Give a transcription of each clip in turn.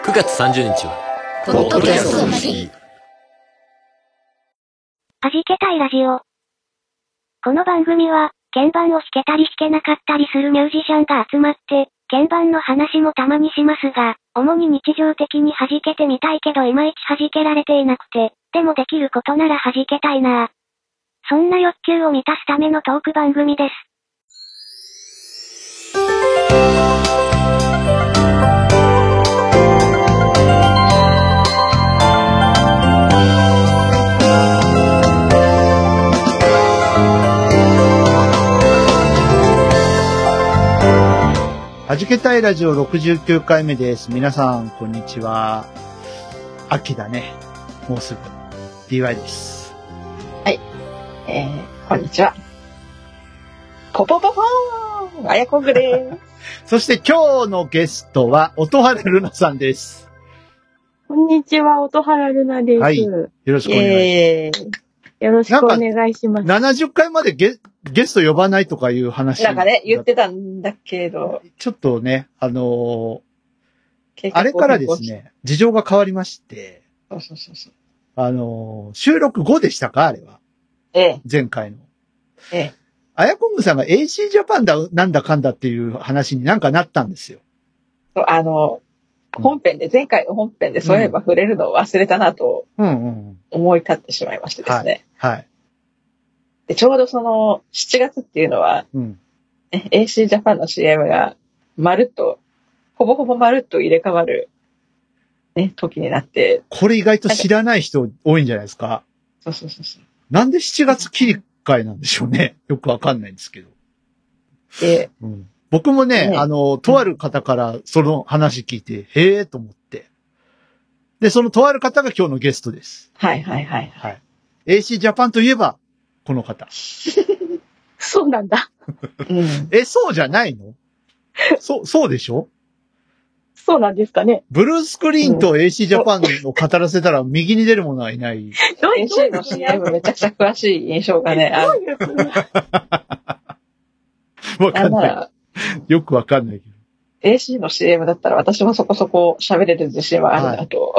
9月30日はポッドキャストの日。 はじけたいラジオ。この番組は、鍵盤を弾けたり弾けなかったりするミュージシャンが集まって、鍵盤の話もたまにしますが、主に日常的に弾けてみたいけどいまいち弾けられていなくて、でもできることなら弾けたいなぁ。そんな欲求を満たすためのトーク番組です。 はじけたいラジオ69回目です。皆さん、こんにちは。秋だね。もうすぐ。DY です。 はい。こんにちは。ポポポポーンあやこぐです。 そして今日のゲストは、音原ルナさんです。 こんにちは、音原ルナです。 はい。よろしくお願いします。 よろしくお願いします。 70回までゲスト呼ばないとかいう話。 なんかね、言ってたんだけど。 ちょっとね、あれからですね、事情が変わりまして。 そうそうそうそう。 収録後でしたかあれは。 ええ。 前回の。 ええ。 あやこんぐさんが AC ジャパンだ、なんだかんだっていう話になんかなったんですよ。 前回の本編でそういえば触れるのを忘れたなと、思い立ってしまいましてですね。 はい。 で、ちょうどその、7月っていうのは、AC ジャパンの CM が、ほぼほぼまるっと入れ替わる、ね、時になって。 これ意外と知らない人多いんじゃないですか。 そうそうそうそう。 なんで7月切り替えなんでしょうね。よくわかんないんですけど。 で、 僕もね、とある方からその話聞いて、へーと思って。で、そのとある方が今日のゲストです。 はいはいはい。はい。 AC ジャパンといえば、この方。 そうなんだ。 そうじゃないの？そうでしょ？ そうなんですかね。 ブルースクリーンと AC ジャパンを語らせたら右に出る者はいない。 AC の CM めちゃくちゃ詳しい印象がね、ある。 わかんない。よくわかんないけど。 AC の CM だったら私もそこそこ喋れる自信はあるなと。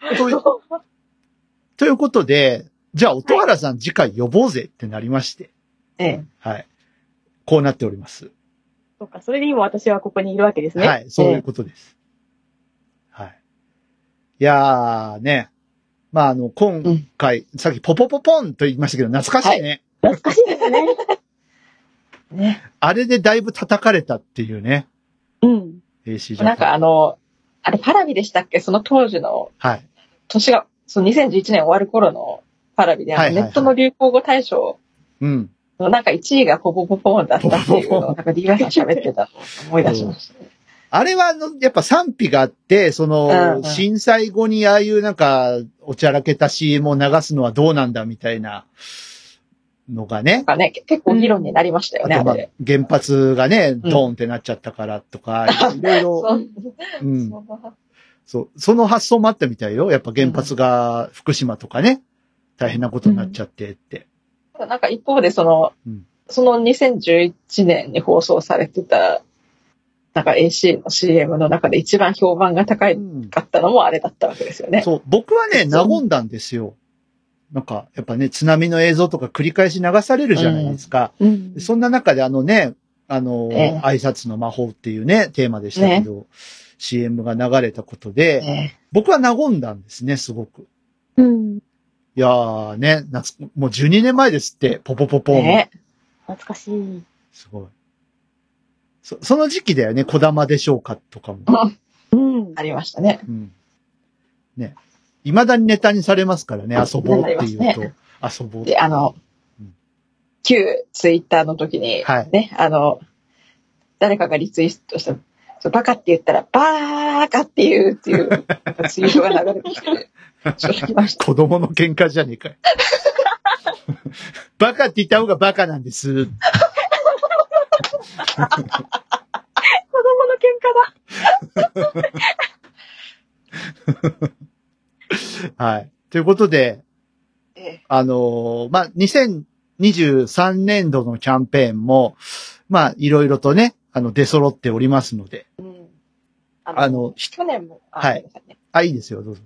ということで、じゃあ、音原さん次回呼ぼうぜってなりまして。はい。こうなっております。 そうか、それで今私はここにいるわけですね。 はい、そういうことです。はい。いやーね。まあ、今回、さっきポポポポンと言いましたけど、懐かしいね。 懐かしいですね。 ね。 あれでだいぶ叩かれたっていうね。AC ジャパン。 なんかあれパラビでしたっけ？その当時の。はい。年が、その2011年終わる頃のパラビで、ネットの流行語大賞。なんか1位がポポポポンだったっていうのを、なんか DY さん喋ってたと思い出しましたね。 あれはやっぱ賛否があって、震災後にああいうなんか、おちゃらけた CM を流すのはどうなんだみたいなのがね。 結構議論になりましたよね、あれ。 原発がね、ドーンってなっちゃったからとか、いろいろ。そう。その発想もあったみたいよ。やっぱ原発が福島とかね、大変なことになっちゃってって。 なんか一方でその2011年に放送されてた、なんか AC の CM の中で一番評判が高かったのもあれだったわけですよね。 そう。僕はね、和んだんですよ。なんか、やっぱね、津波の映像とか繰り返し流されるじゃないですか。そんな中で挨拶の魔法っていうね、テーマでしたけど、CM が流れたことで、僕は和んだんですね、すごく。いやーね、もう12年前ですって、ポポポポン。 懐かしい。 すごい。その時期だよね、小玉でしょうかとかも。 ありましたね。 ね。未だにネタにされますからね、遊ぼうっていうと。遊ぼう。 で、旧ツイッターの時に、ね、誰かがリツイートした、バカって言ったら、バーカっていうツイートが流れてきて、 子供の喧嘩じゃねえかよ。バカって言った方がバカなんです。 子供の喧嘩だ。はい。ということで、2023年度のキャンペーンも、いろいろとね、出揃っておりますので。 去年も、 はい。 あ、いいですよ、どうぞ。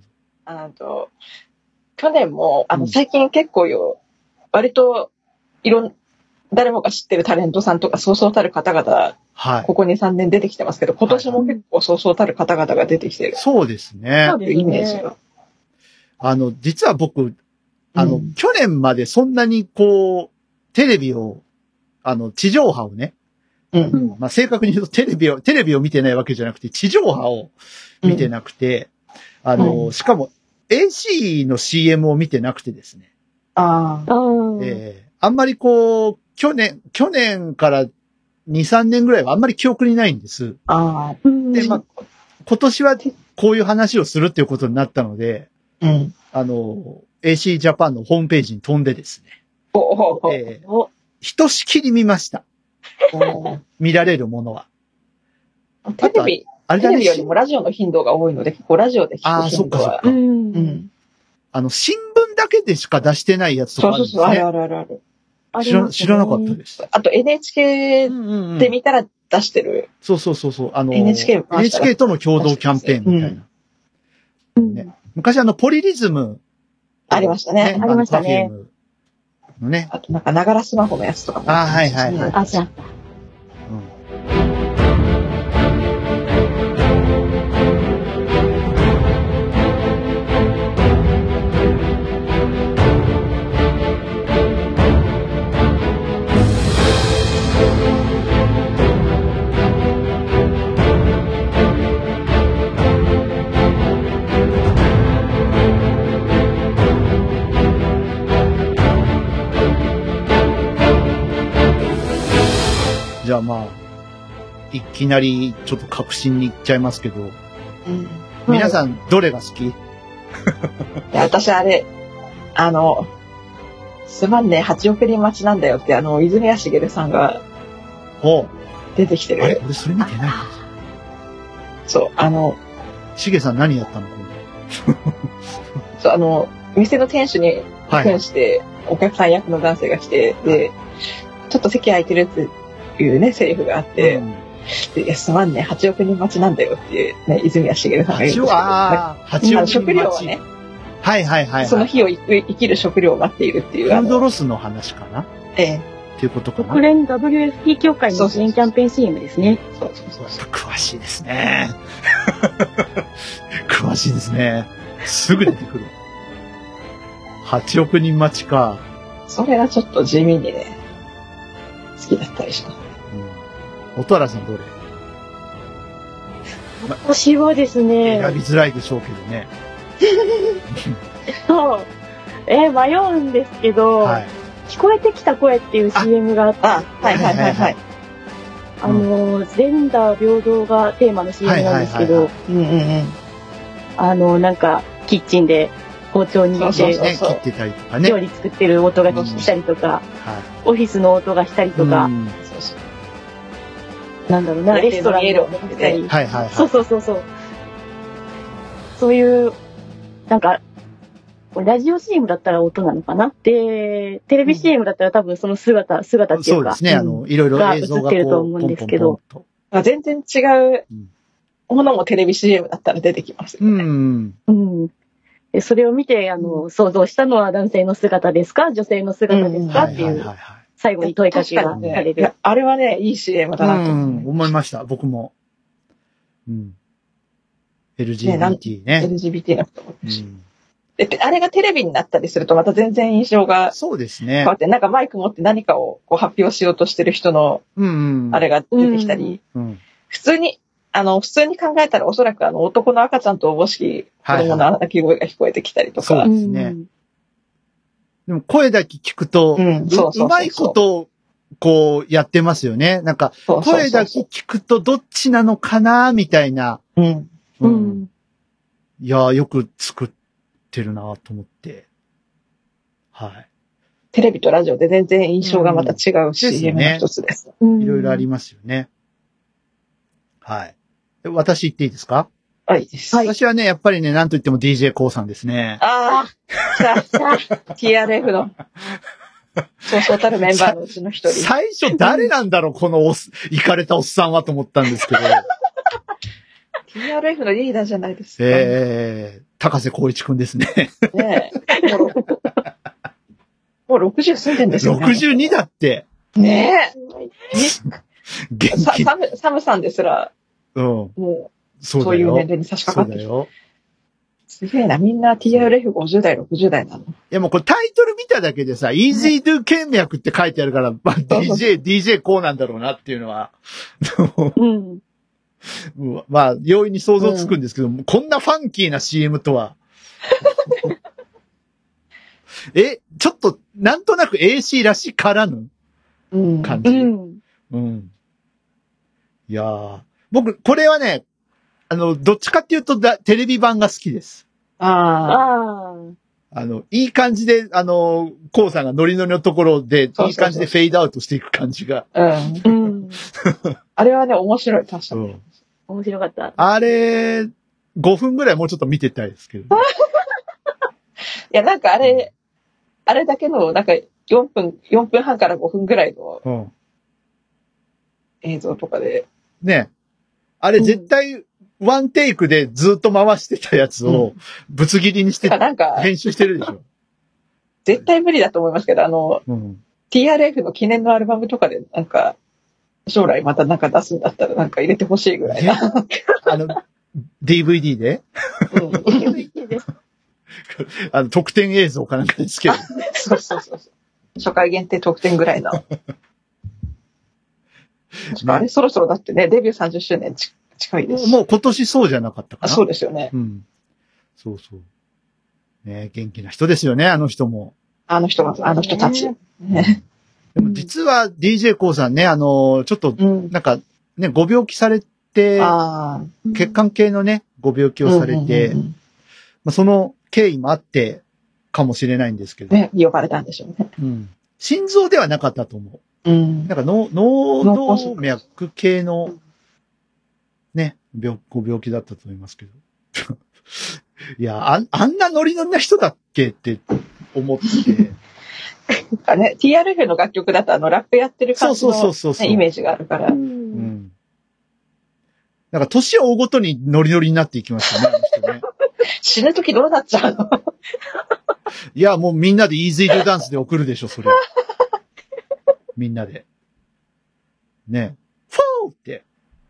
去年も、最近結構割と、誰もが知ってるタレントさんとか、そうそうたる方々、はい、ここ2、3年出てきてますけど、今年も結構そうそうたる方々が出てきてる。 そうですね。 そういうイメージが。 実は僕、去年までそんなにテレビを、地上波をね、まあ、正確に言うとテレビを見てないわけじゃなくて、地上波を見てなくて、しかも AC の CM を見てなくてですね。あんまり去年から2、3年ぐらいはあんまり記憶にないんです。で、まあ、今年はこういう話をするっていうことになったので、AC ジャパンのホームページに飛んでですね。ひとしきり見ました。見られるものは。 テレビよりもラジオの頻度が多いので、結構ラジオで聞く頻度は。 新聞だけでしか出してないやつとかあるんですね。 そう、ある。 知らなかったです。 あと NHK で見たら出してる。 そう。NHK との共同キャンペーンみたいな。ね、昔ポリリズム。 ありましたね。 ありましたね。 のね。 あとながらスマホのやつとかも。 はい。 あ、じゃあ。 じゃあまあ、いきなりちょっと確信に行っちゃいますけど、皆さんどれが好き？ 私あれ、すまんね、8億人待ちなんだよって、泉谷しげるさんが出てきてる。 あれ俺それ見てない。 そう、 しげさん何やったの？ そう、店の店主に扮して、お客さん役の男性が来て、で、ちょっと席空いてるっていうね、セリフがあって、で、いや、すまんね、8億人待ちなんだよっていうね、泉谷しげるさんが言うんですけど、 8億人待ち。 食料はね、 はい。 その日を生きる食料を待っているっていう。 フードロスの話かな？っていうことかな。 国連 WFP 協会の支援キャンペーン CM ですね。 そう。 詳しいですね。詳しいですね。すぐ出てくる。8億人待ちか。 それはちょっと地味にね、好きだったりします。 音原さんどれ？ 私はですね。 選びづらいでしょうけどね。 そう。迷うんですけど、聞こえてきた声っていう CM があって。 はい。 ジェンダー平等がテーマの CM なんですけど、なんか、キッチンで包丁握って切ってたりとかね。 料理作ってる音がしたりとか、オフィスの音がしたりとか、なんだろうな、レストランの音がしたり。そう。そういう、なんか、ラジオ CM だったら音なのかなで、テレビ CM だったら多分その姿っていうか。 そうですね、いろいろ映像が映ってると思うんですけど。 全然違うものもテレビ CM だったら出てきますよね。 それを見て、想像したのは男性の姿ですか？女性の姿ですか？っていう、最後に問いかけがされる。 あれはね、いい CM だなと思いました、僕も。LGBT ね。 LGBT の人もいるし。あれがテレビになったりするとまた全然印象がそうですね。 変わって、なんかマイク持って何かを発表しようとしてる人の、あれが出てきたり、普通に考えたらおそらく男の赤ちゃんとおぼしき子供の泣き声が聞こえてきたりとか。 そうですね。でも声だけ聞くと、うまいことこうやってますよね。なんか、声だけ聞くとどっちなのかなみたいな。いや、よく作ってるなと思って。 テレビとラジオで全然印象がまた違う CM の一つです。 いろいろありますよね。私言っていいですか？ はい。 私はね、やっぱりね、なんと言っても DJ コウさんですね。 TRF の。そうたるメンバーのうちの一人。 最初誰なんだろう、このイカれたおっさんはと思ったんですけど。 TRF のリーダーじゃないですか。 高瀬光一くんですね。 ねえ。もう60過ぎてんですよね。 62だって。 ねえ。 元気。 サムさんですら、もう、そういう年齢に差し掛かってる。そうだよ。すげえな、みんな TRF50 代、60代なの。いやもうこれタイトル見ただけでさ、Easy Do 剣脈って書いてあるから、まあ、DJ こうなんだろうなっていうのは。まあ、容易に想像つくんですけど、こんなファンキーな CM とは。ちょっと、なんとなく AC らしからぬ感じ。いやー、僕、これはね、どっちかっていうとテレビ版が好きです。いい感じで、コウさんがノリノリのところで、いい感じでフェードアウトしていく感じが。 あれはね、面白い、確かに。 面白かった。 あれ、5分ぐらいもうちょっと見てたいですけど。 いや、なんかあれだけの、なんか4分半から5分ぐらいの映像とかで。 ね。あれ絶対、ワンテイクでずっと回してたやつを、ぶつ切りにして、編集してるでしょ。 絶対無理だと思いますけど、TRF の記念のアルバムとかで、なんか、将来またなんか出すんだったらなんか入れてほしいぐらいな。 DVD で DVD です。 特典映像かなんかですけど。 そう。初回限定特典ぐらいな。あれそろそろだってね、デビュー30周年近いです。 もう今年そうじゃなかったかな。 そうですよね。 そう。ね、元気な人ですよね、あの人も。 あの人たち。ね、 でも実は DJ コウさんね、ちょっと、なんかね、ご病気されて、血管系のね、ご病気をされて、その経緯もあってかもしれないんですけど。 ね、呼ばれたんでしょうね。 心臓ではなかったと思う。なんか脳動脈系の、ね、ご病気だったと思いますけど。いや、あんなノリノリな人だっけって思って。 ね、TRF の楽曲だとラップやってる感じの、イメージがあるから。なんか年を追うごとにノリノリになっていきましたね、あの人ね。 死ぬ時どうなっちゃうの？ いや、もうみんなで Easy Do Dance で送るでしょ、それ。みんなで。ね。フォーって。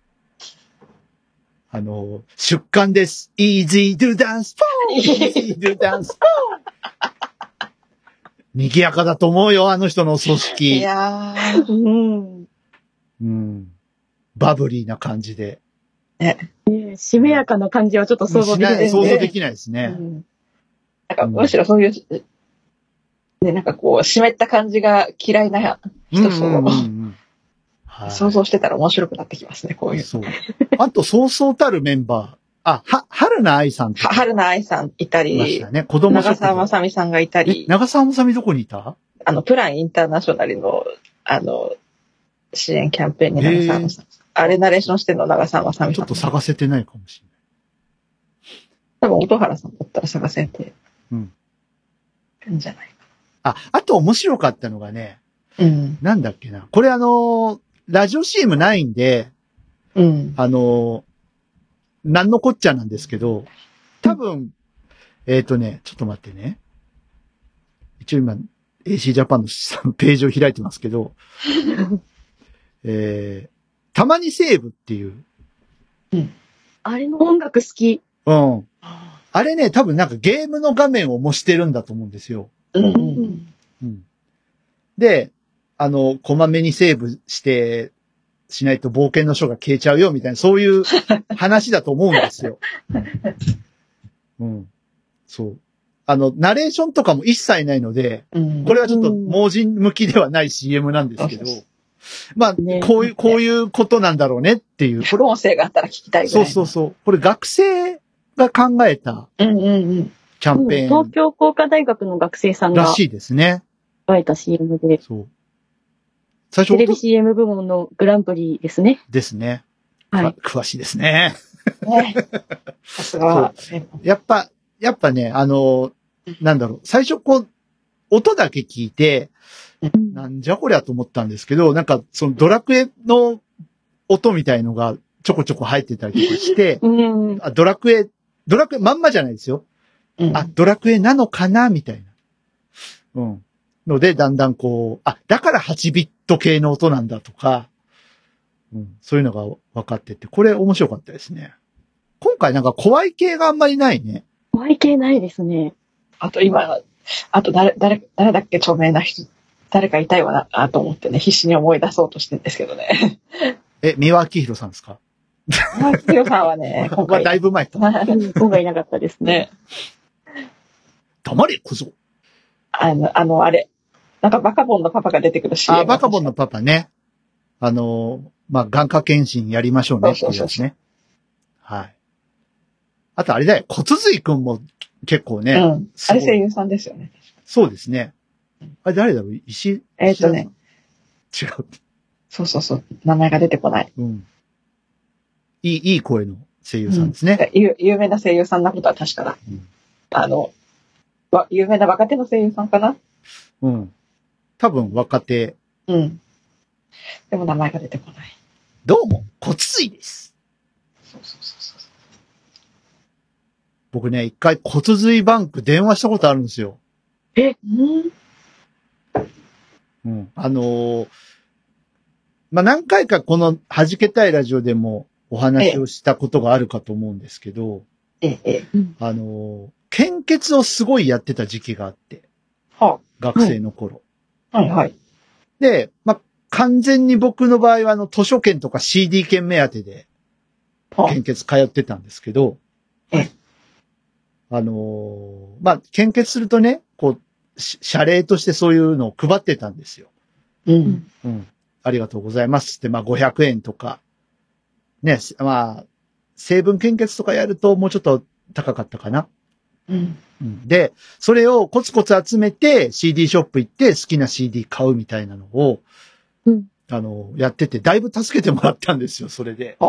出刊です。Easy Do Dance フォー !Easy Do Dance フォー賑やかだと思うよ、あの人の組織。 いやー。 バブリーな感じで。 しめやかな感じはちょっと想像できないですね。 想像できないですね。 なんかむしろそういう、ね、なんかこう、湿った感じが嫌いな人想像してたら面白くなってきますね、こういう。 そう。あと、そうそうたるメンバー。春菜愛さんとか。 春菜愛さんいたり。 いましたね。子供長澤まさみさんがいたり。 長澤まさみどこにいた？ プランインターナショナルの、支援キャンペーンに長澤まさみ。あれナレーションしてんの長澤まさみさん。 ちょっと探せてないかもしれない。多分、音原さんだったら探せて。るんじゃないかな。あと面白かったのがね。なんだっけな。これラジオ CM ないんで、なんのこっちゃなんですけど、多分、ちょっと待ってね。一応今、AC ジャパンのページを開いてますけど、たまにセーブっていう。 あれの音楽好き。 あれね、多分なんかゲームの画面を模してるんだと思うんですよ。で、こまめにセーブしないと冒険の書が消えちゃうよみたいな、そういう話だと思うんですよ。そう。ナレーションとかも一切ないので、これはちょっと盲人向きではない CM なんですけど、まあ、こういうことなんだろうねっていう。 副音声があったら聞きたいぐらい。 そう。これ学生が考えたキャンペーン。 東京工科大学の学生さんが。 らしいですね。 書いた CM で。 そう。最初テレビ CM 部門のグランプリですね。 ですね。 はい。 詳しいですね。 さすが。 やっぱね、なんだろう、最初音だけ聞いて、なんじゃこりゃと思ったんですけど、なんか、そのドラクエの音みたいのがちょこちょこ入ってたりとかして、ドラクエまんまじゃないですよ。ドラクエなのかなみたいな。ので、だんだんこう、だから8ビット系の音なんだとか、そういうのが分かってて、これ面白かったですね。今回なんか怖い系があんまりないね。 怖い系ないですね。 あと誰だっけ著名な人、誰かいたよな、と思ってね、必死に思い出そうとしてるんですけどね。 三輪明宏さんですか？ 三輪明宏さんはね、 今回。だいぶ前か。 今回いなかったですね。 黙れ、小僧。 あれ。なんかバカボンのパパが出てくるし。 バカボンのパパね。眼科検診やりましょうねっていうやつね。はい。あとあれだよ、骨髄くんも結構ね。 あれ声優さんですよね。 そうですね。あれ誰だろう？違う。 そう。名前が出てこない。 いい声の声優さんですね。 有名な声優さんなことは確かだ。有名な若手の声優さんかな？ 多分若手。 でも名前が出てこない。 どうも、骨髄です。そう。僕ね、一回骨髄バンク電話したことあるんですよ。何回かこの弾けたいラジオでもお話をしたことがあるかと思うんですけど、献血をすごいやってた時期があって、学生の頃。で、完全に僕の場合は図書券とか CD 券目当てで、献血通ってたんですけど、献血するとね、こう、謝礼としてそういうのを配ってたんですよ。ありがとうございますって、500円とか、ね、成分献血とかやるともうちょっと高かったかな。で、それをコツコツ集めて CD ショップ行って好きな CD 買うみたいなのを、やってて、だいぶ助けてもらったんですよ、それで。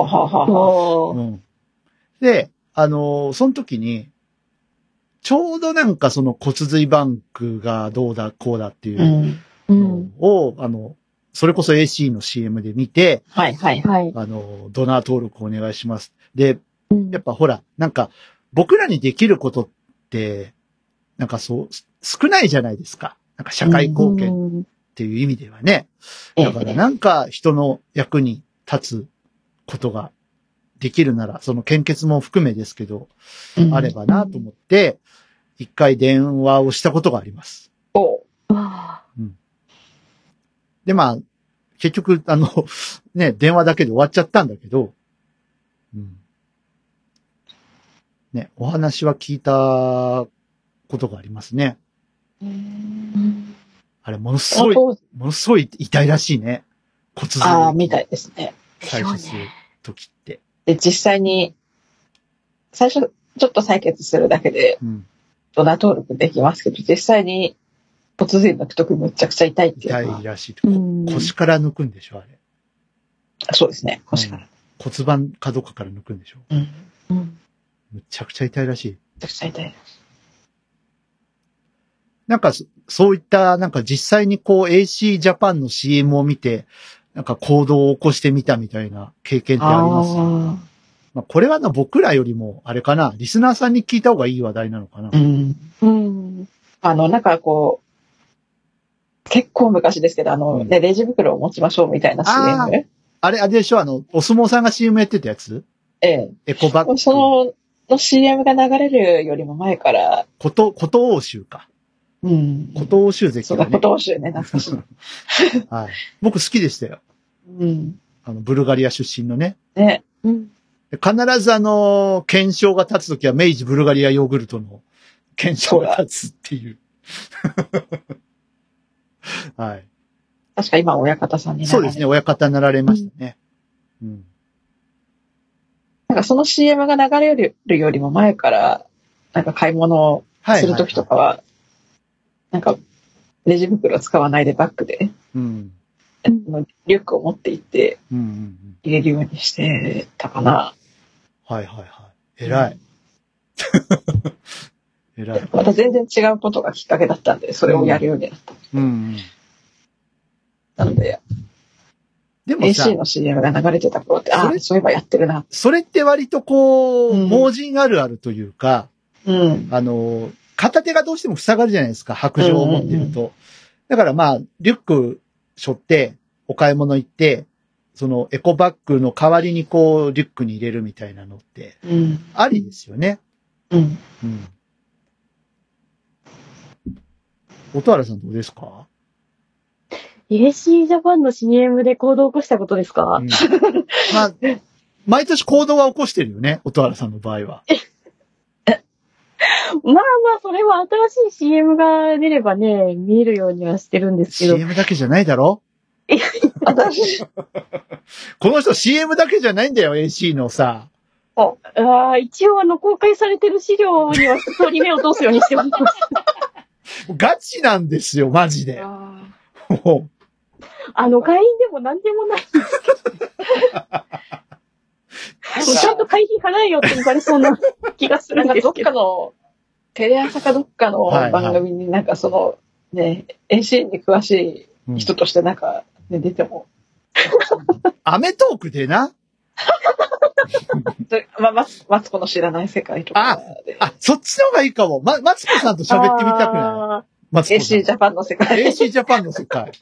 で、その時に、ちょうどなんかその骨髄バンクがどうだこうだっていうのを、それこそ AC の CM で見て、ドナー登録お願いします。で、やっぱほら、なんか僕らにできることって、なんか少ないじゃないですか。なんか社会貢献っていう意味ではね。だからなんか人の役に立つことができるなら、その献血も含めですけど、あればなと思って、一回電話をしたことがあります。で、結局、電話だけで終わっちゃったんだけど、ね、お話は聞いたことがありますね。あれ、ものすごい痛いらしいね。骨髄。 みたいですね。 採取する時って。 で、実際に、最初、ちょっと採血するだけで、ドナー登録できますけど、実際に骨髄抜くときむちゃくちゃ痛いっていう。 痛いらしい。腰から抜くんでしょ、あれ。 そうですね、腰から。 骨盤かどっかから抜くんでしょ。むちゃくちゃ痛いらしい。 むちゃくちゃ痛い。 なんか、そういった、なんか実際にこう AC ジャパンの CM を見て、なんか行動を起こしてみたみたいな経験ってあります？これは僕らよりも、あれかな、リスナーさんに聞いた方がいい話題なのかな。 なんかこう、結構昔ですけど、レジ袋を持ちましょうみたいな CM。 あれでしょ、お相撲さんが CM やってたやつ？エコバッグ。 その CM が流れるよりも前から。 琴欧州か。琴欧州関、ね。 そうだ、琴欧州ね、懐かしい。 はい。僕好きでしたよ。ブルガリア出身のね。 ね。 必ず検証が立つときは明治ブルガリアヨーグルトの検証が立つっていう。はい。 確か今親方さんになられそうですね、親方になられましたね。 なんかその CM が流れるよりも前から、なんか買い物をするときとかは、なんか、レジ袋使わないでバッグで、リュックを持って行って、入れるようにしてたかな。 偉い。偉い。 また全然違うことがきっかけだったんで、それをやるようになった。なので。 でもさ、 AC の CM が流れてた頃って、そういえばやってるな。 それって割とこう、盲人あるあるというか、片手がどうしても塞がるじゃないですか、白状を持ってると。だからまあ、リュック背負って、お買い物行って、そのエコバッグの代わりにこう、リュックに入れるみたいなのって、ありですよね。音原さんどうですか？ AC ジャパンの CM で行動を起こしたことですか？ まあ、毎年行動は起こしてるよね、音原さんの場合は。 まあまあ、それは新しい CM が出ればね、見えるようにはしてるんですけど。 CM だけじゃないだろ？この人 CM だけじゃないんだよ、AC のさ。 一応公開されてる資料には普通に目を通すようにしてます。 ガチなんですよ、マジで。 会員でも何でもないんですけど。ちゃんと会費払えよって言われそうな気がするんですけど。 どっかの、テレ朝かどっかの番組になんかね、AC に詳しい人としてなんか、ね、出ても。 アメトークでな。 マツコの知らない世界とかで。 そっちの方がいいかも。マツコさんと喋ってみたくない？マツコさん。 AC ジャパンの世界。 AC ジャパンの世界。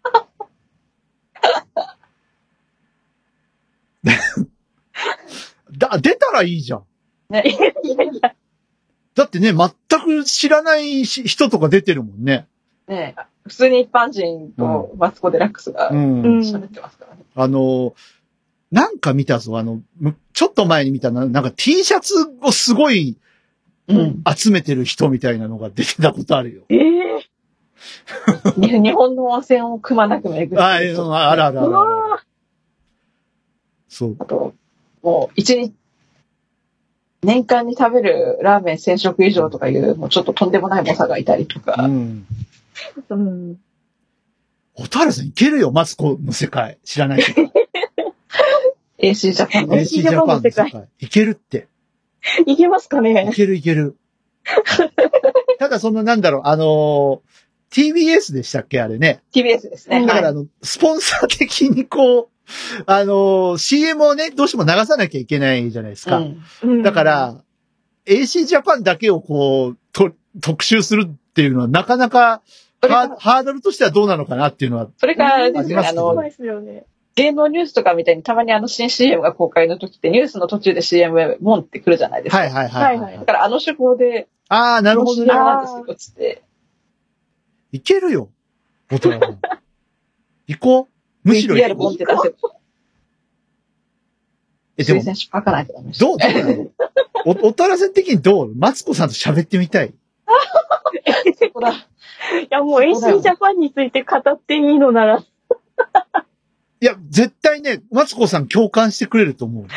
出たらいいじゃん。 いや。 だってね、全く知らない人とか出てるもんね。 ねえ、普通に一般人とマツコ・デラックスが喋ってますからね。 なんか見たぞ、ちょっと前に見たなんか T シャツをすごい集めてる人みたいなのが出てたことあるよ。 日本の温泉をくまなく巡ってる。 あるある。そう。 あと、もう年間に食べるラーメン1000食以上とかいう、もうちょっととんでもない猛者がいたりとか。 音原さんいけるよ、マツコの世界。知らないけど。 AC ジャパンの AC ジャパンの世界。いけるって。 いけますかね？ いける。ただなんだろう、TBS でしたっけあれね。 TBS ですね。 だからスポンサー的にこう、CM をね、どうしても流さなきゃいけないじゃないですか。だから、AC ジャパンだけをこう、特集するっていうのはなかなかハードルとしてはどうなのかなっていうのは。 それからですね、芸能ニュースとかみたいにたまに新 CM が公開の時ってニュースの途中で CM モンってくるじゃないですか。 はい。だから手法で。 なるほどね。 なんですよ、つって。 いけるよ。大人は。行こう。むしろ行こう。 VTR モンって出せば。推薦書書かないとダメです。 どうなの？大人さん的にどう？マツコさんと喋ってみたい？ そこだ。 いや、もう AC ジャパンについて語っていいのなら。 いや、絶対ね、マツコさん共感してくれると思う。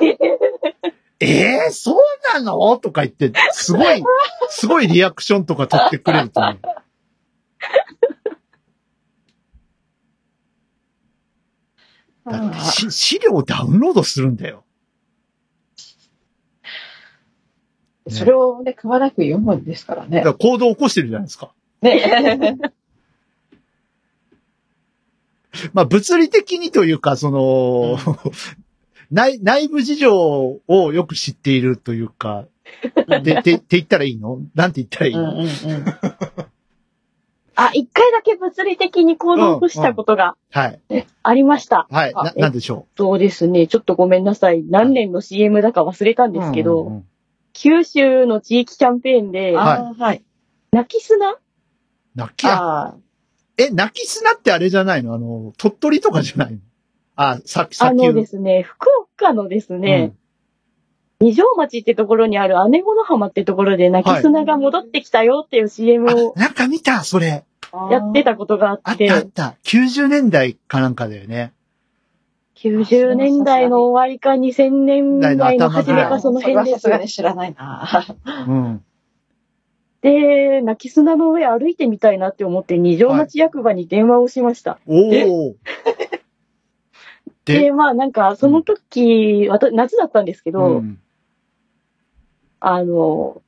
そうなの？とか言って、すごいリアクションとか取ってくれると思う。だって資料をダウンロードするんだよ。 それをね、くまなく読むんですからね。 だから行動を起こしてるじゃないですか。 ね。 まあ物理的にというか、内部事情をよく知っているというか、って言ったらいいの？なんて言ったらいいの？ 一回だけ物理的に行動を起こしたことがありました。 はい。なんでしょう？そうですね。ちょっとごめんなさい。何年の CM だか忘れたんですけど、九州の地域キャンペーンで、泣き砂？ 泣き砂ってあれじゃないの？鳥取とかじゃないの？砂丘。 ですね、福岡のですね、二条町ってところにある姉子の浜ってところで泣き砂が戻ってきたよっていう CM を、 なんか見た、それ。 やってたことがあって。 あった。90年代かなんかだよね。 90年代の終わりか2000年代の初めかその辺です。 さすがに知らないな。 で、泣き砂の上歩いてみたいなって思って二条町役場に電話をしました。で、まあなんかその時、夏だったんですけど、4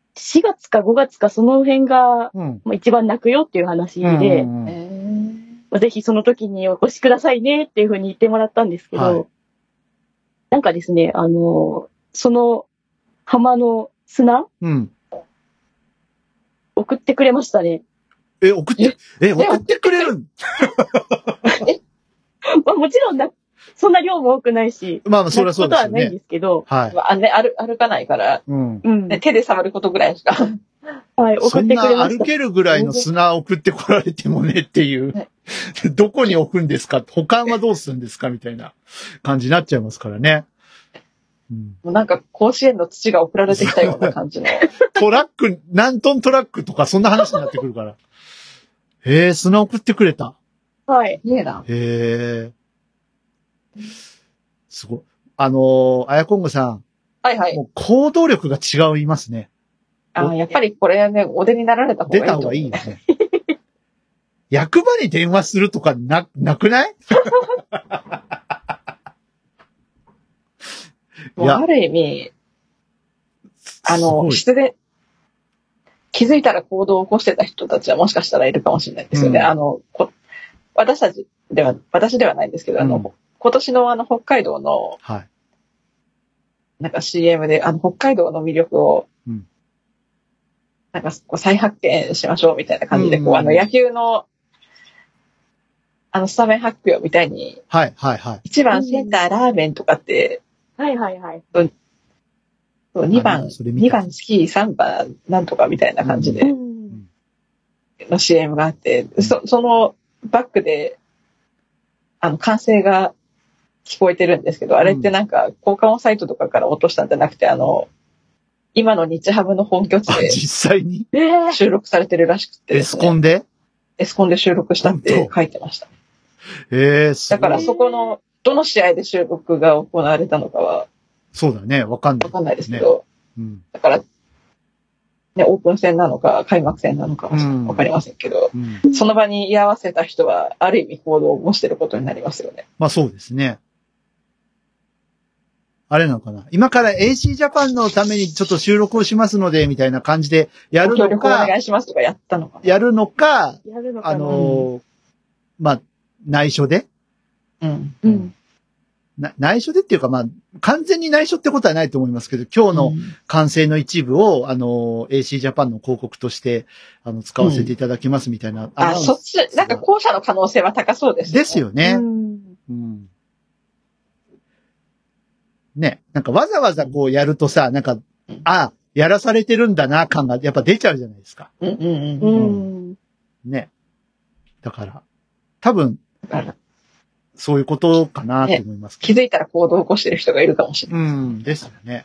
月か5月かその辺が、一番泣くよっていう話で、 ぜひその時にお越しくださいねっていう風に言ってもらったんですけど、はい、なんかですね、その浜の砂、うん、送ってくれましたね。 送ってくれるんまあもちろんそんな量も多くないし。 まあそれはそうですよね。 ことはないんですけど。 はい。まあ歩かないから、手で触ることぐらいしか。 はい、送ってくれました。 そんな歩けるぐらいの砂送ってこられてもねっていう。どこに置くんですか、保管はどうするんですかみたいな感じになっちゃいますからね。 もうなんか甲子園の土が送られてきたような感じの。 トラック、何トントラックとかそんな話になってくるから。砂送ってくれた。 はい。 いいな。 すごい。あやこんぐさん。 はいはい。 もう行動力が違いますね。 やっぱりこれね、お出になられた方がいい。 出た方がいいですね。役場に電話するとかなくないいやある意味、必然、気づいたら行動を起こしてた人たちはもしかしたらいるかもしれないですよね。私ではないんですけど、今年の北海道の、はい、なんか CM で、北海道の魅力を、なんか再発見しましょうみたいな感じで、野球の、スタメン発表みたいに、 はいはいはい。 1番センターラーメンとかって、 はいはいはい。 2番スキー、3番なんとかみたいな感じで、の CM があって、そのバックで、歓声が聞こえてるんですけど、あれってなんか、交換サイトとかから落としたんじゃなくて、今の日ハムの本拠地で、 実際に収録されてるらしくて、 エスコンで収録したって書いてました。だからそこの、どの試合で収録が行われたのかは、 そうだね、わかんないですけど、だから、ね、オープン戦なのか、開幕戦なのかはわかりませんけど、その場に居合わせた人は、ある意味行動を起こしてることになりますよね。 まあそうですね。あれなのかな、今から AC ジャパンのためにちょっと収録をしますので、みたいな感じでやるのか。 協力お願いしますとかやったのかな。 やるのか、まあ、内緒で。内緒でっていうか、まあ、完全に内緒ってことはないと思いますけど、今日の完成の一部を、AC ジャパンの広告として、使わせていただきますみたいな。 そっち、なんか後者の可能性は高そうですね。 ですよね。ね、なんかわざわざこうやるとさ、なんか、やらされてるんだな感がやっぱ出ちゃうじゃないですか。ね。だから、多分、そういうことかなと思います、 ね。気づいたら行動を起こしてる人がいるかもしれない。 ですよね。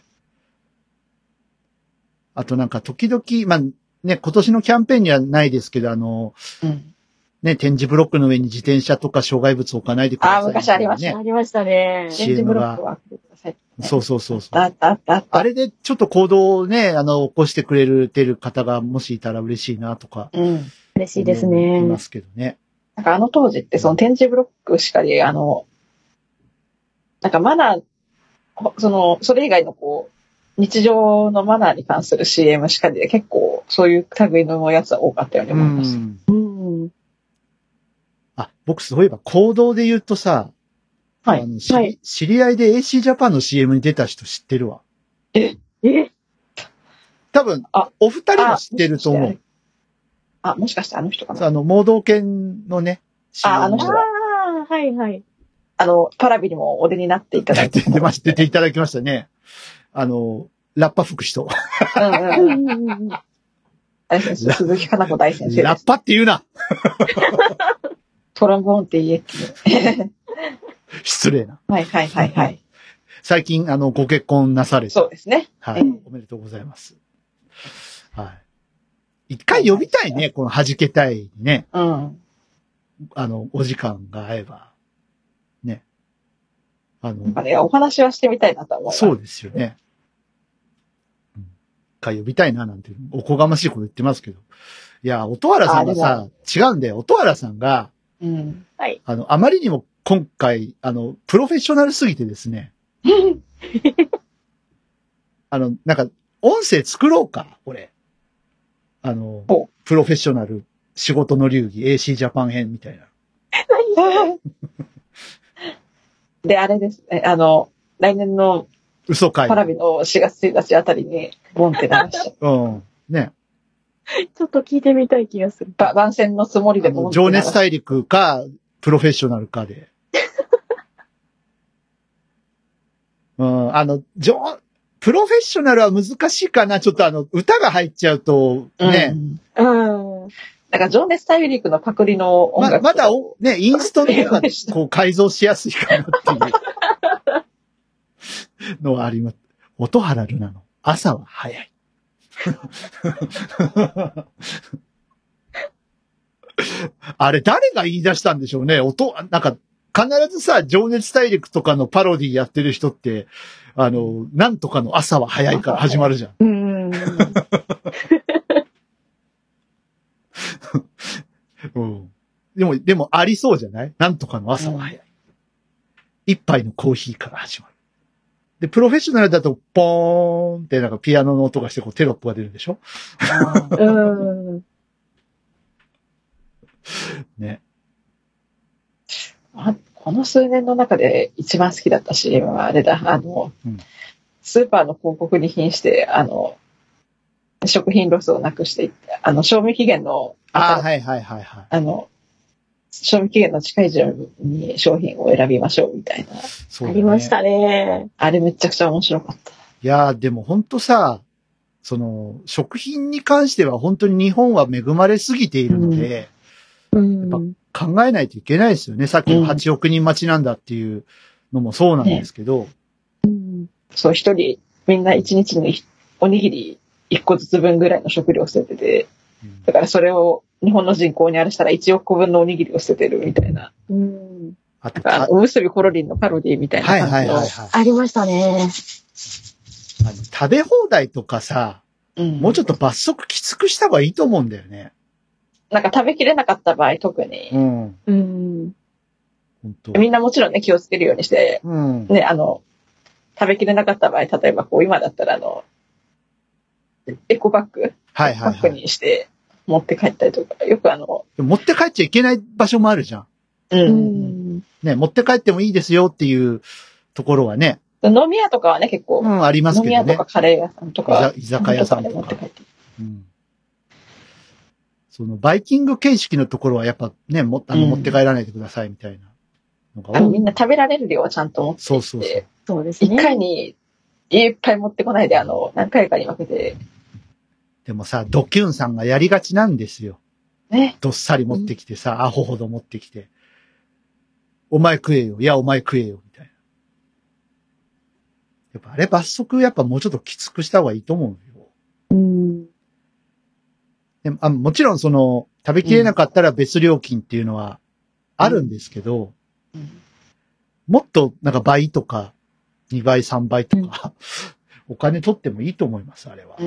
あとなんか時々、まあね、今年のキャンペーンにはないですけど、ね、展示ブロックの上に自転車とか障害物を置かないでください、ね。 昔ありました。 ありましたね。 展示ブロックを開けてください、ね。 そう。あれでちょっと行動をね、起こしてくれてる方がもしいたら嬉しいなとか。 嬉しいですね。 いますけどね。 なんか当時ってその展示ブロックしかり、なんかマナー、それ以外の日常のマナーに関する CM しかりで結構そういう類のやつは多かったように思います。 僕そういえば行動で言うとさ、はい。知り合いで AC ジャパンの CM に出た人知ってるわ。多分、お二人も知ってると思う。 もしかしてあの人かな。 盲導犬のね、 あの人だ。 はいはい。 パラビにもお出になっていただいて。 出ていただきましたね。ラッパ吹く人。 鈴木かな子大先生。 ラッパって言うなトロンボーンって言えって。 失礼な。 はい。 最近、ご結婚なされて。 そうですね。 はい。おめでとうございます。はい。一回呼びたいね、この弾けたいね。お時間が合えば。ね。 お話はしてみたいなと思います。 そうですよね。一回呼びたいななんて、おこがましいこと言ってますけど。いや、音原さんがさ、違うんだよ。音原さんが、 はい。 あまりにも今回、プロフェッショナルすぎてですね。なんか、音声作ろうか、これ。プロフェッショナル仕事の流儀 AC ジャパン編みたいな。 で、あれですね、来年の嘘かい。 パラビの4月1日あたりに、ボンって流しちゃう。 うん。ね。 ちょっと聞いてみたい気がする。 番宣のつもりでボンって情熱大陸か、プロフェッショナルかで。うん、プロフェッショナルは難しいかな。ちょっと歌が入っちゃうと、ね。 うん。 だから情熱大陸のパクリの音楽。 まだ、ね、インストの方が、こう改造しやすいかなっていうのはあります。音原ルナの朝は早い。あれ、誰が言い出したんでしょうね。なんか、必ずさ、情熱大陸とかのパロディやってる人って、なんとかの朝は早いから始まるじゃん。うん。でもありそうじゃない？なんとかの朝は早い。一杯のコーヒーから始まる。で、プロフェッショナルだと、ポーンってなんかピアノの音がしてこうテロップが出るでしょ？ね。 この数年の中で一番好きだった CM はあれだ、スーパーの広告に瀕して、食品ロスをなくしていって、賞味期限の、賞味期限の近い順に商品を選びましょうみたいな。 そうね、ありましたね。 あれめちゃくちゃ面白かった。 いやー、でもほんとさ、食品に関しては本当に日本は恵まれすぎているので、やっぱ考えないといけないですよね。さっきの8億人待ちなんだっていうのもそうなんですけど。 そう、一人、みんな1日におにぎり1個ずつ分ぐらいの食料を捨ててて、だからそれを日本の人口にあれしたら1億個分のおにぎりを捨ててるみたいな。あとおむすびコロリンのパロディみたいな感じの。 ありましたね。 食べ放題とかさ、もうちょっと罰則きつくした方がいいと思うんだよね。 なんか食べきれなかった場合特に。 本当。 みんなもちろんね気をつけるようにして、ね、食べきれなかった場合、例えばこう今だったらエコバッグ、バッグにして持って帰ったりとか、よく持って帰っちゃいけない場所もあるじゃん。ね、持って帰ってもいいですよっていうところはね。 飲み屋とかはね、結構。 ありますけどね。 飲み屋とかカレー屋さんとか。 居酒屋さんとか。持って帰ってバイキング形式のところはやっぱね、持って帰らないでくださいみたいなのがみんな食べられる量はちゃんと持ってきて。 そうですね。 一回にいっぱい持ってこないで、何回かに分けて。 でもさ、ドキュンさんがやりがちなんですよ。 ね。 どっさり持ってきてさ、アホほど持ってきて。お前食えよ。いや、お前食えよ。みたいな。やっぱあれ罰則やっぱもうちょっときつくした方がいいと思うよ。でももちろん食べきれなかったら別料金っていうのはあるんですけど、もっとなんか倍とか、2倍、3倍とか、お金取ってもいいと思います、あれは。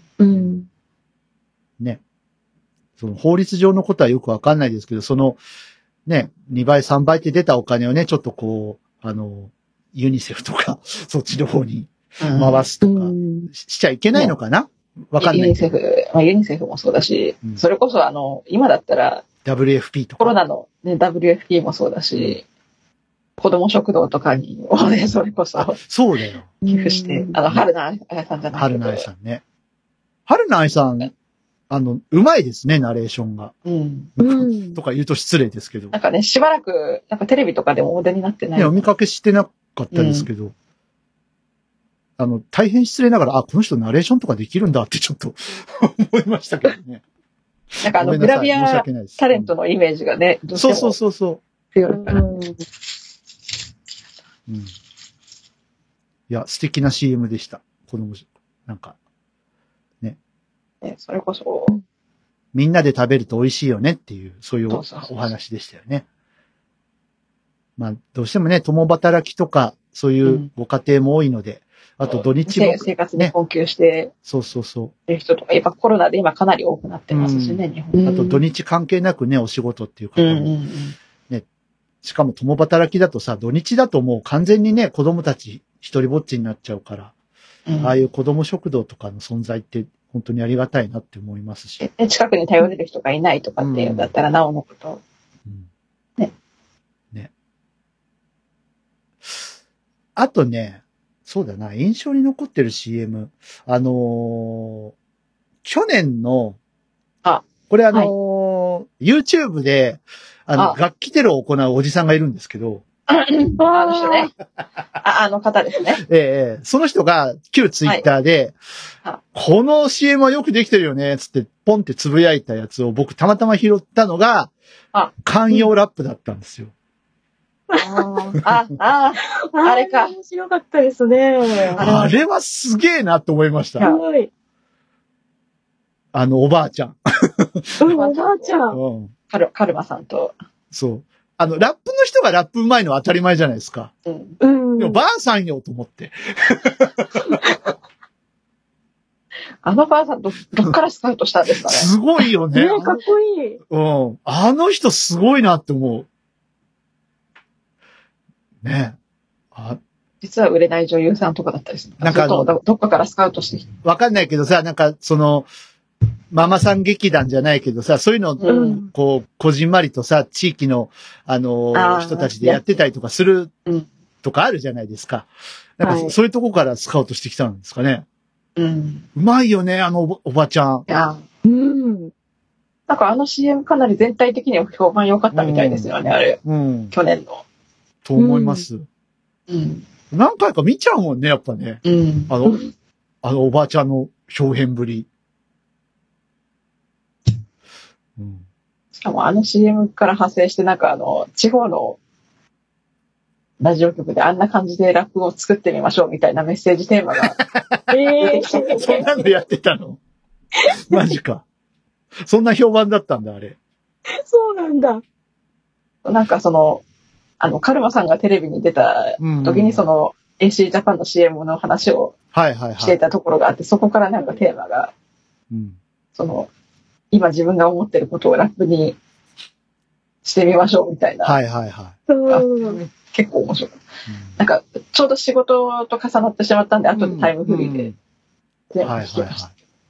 ね。法律上のことはよくわかんないですけど、ね、2倍、3倍って出たお金をね、ちょっとこう、ユニセフとか、そっちの方に回すとか、しちゃいけないのかな、わかんない。 ユニセフもそうだし、それこそ今だったら、 WFP とか。 コロナのね、WFP もそうだし、子供食堂とかに、それこそ。 そうだよ。 寄付して、春菜愛さんじゃない春菜愛さんね。春菜愛さん、うまいですね、ナレーションが。とか言うと失礼ですけど。 なんかね、しばらく、なんかテレビとかでもお出になってない。 お見かけしてなかったですけど。大変失礼ながら、この人ナレーションとかできるんだってちょっと思いましたけどね。 なんかグラビアタレントのイメージがね、 そう。 強いから。 いや、素敵な CM でした。なんか、ね。 それこそ。 みんなで食べると美味しいよねっていう、そういうお話でしたよね。まあ、どうしてもね、共働きとか、そういうご家庭も多いので、あと土日も、 生活に困窮して、 そう。 いう人とか、やっぱコロナで今かなり多くなってますしね、日本。 あと土日関係なくね、お仕事っていう方も、ね、しかも共働きだとさ、土日だともう完全にね、子供たち一人ぼっちになっちゃうから、ああいう子供食堂とかの存在って本当にありがたいなって思いますし。 近くに頼れる人がいないとかっていうんだったらなおのこと。ね。 あとね、そうだな、印象に残ってる CM。去年の、これYouTube で、楽器テロを行うおじさんがいるんですけど、 あの人ね。あの方ですね。 その人が旧ツイッターで、この CM はよくできてるよね、つってポンってつぶやいたやつを僕たまたま拾ったのが、寛容ラップだったんですよ。 あれか。 面白かったですね。 あれはすげえなと思いました。 すごい。 おばあちゃん。 おばあちゃん。 カルマさんと。 そう。ラップの人がラップ上手いのは当たり前じゃないですか。でもばあさんよと思って。 あのばあさんどっからスカウトしたんですかね。 すごいよね。 かっこいい。 あの人すごいなって思う。ね。 実は売れない女優さんとかだったりする。なんかどっかからスカウトしてきて。 わかんないけどさ、なんかママさん劇団じゃないけどさ、そういうの、こじんまりとさ、地域の、人たちでやってたりとかする、とかあるじゃないですか。なんか、そういうとこからスカウトしてきたんですかね。うまいよね、おばちゃん。 なんかCM かなり全体的に評判良かったみたいですよね、あれ。去年の。 と思います。何回か見ちゃうもんね、やっぱね。おばあちゃんの表現ぶり。 しかもCM から派生してなんか地方のラジオ局であんな感じでラップを作ってみましょうみたいなメッセージテーマがそんなのやってたのマジか。そんな評判だったんだ、あれ。 そうなんだ。 なんかカルマさんがテレビに出た時にAC ジャパンの CM の話をしていたところがあって、そこからなんかテーマが、今自分が思ってることをラップにしてみましょうみたいな。結構面白い。なんか、ちょうど仕事と重なってしまったんで、後でタイムフリーで全部聞きました。 い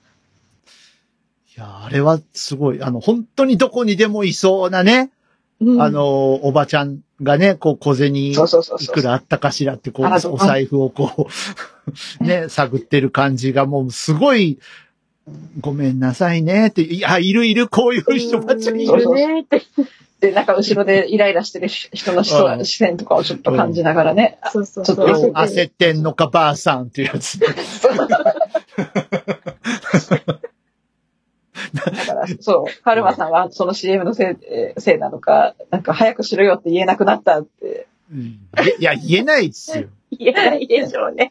や、あれはすごい。本当にどこにでもいそうなね、おばちゃんがね、小銭いくらあったかしらって、お財布をね、探ってる感じがもうすごい、ごめんなさいねって、いる、こういう人たちいるねって。 で、なんか後ろでイライラしてる人の視線とかをちょっと感じながらね。 ちょっと焦ってんのかばあさんっていうやつ。だからカルマさんはその CM のせいなのか、なんか早くしろよって言えなくなったって。 いや、言えないですよ。 言えないでしょうね。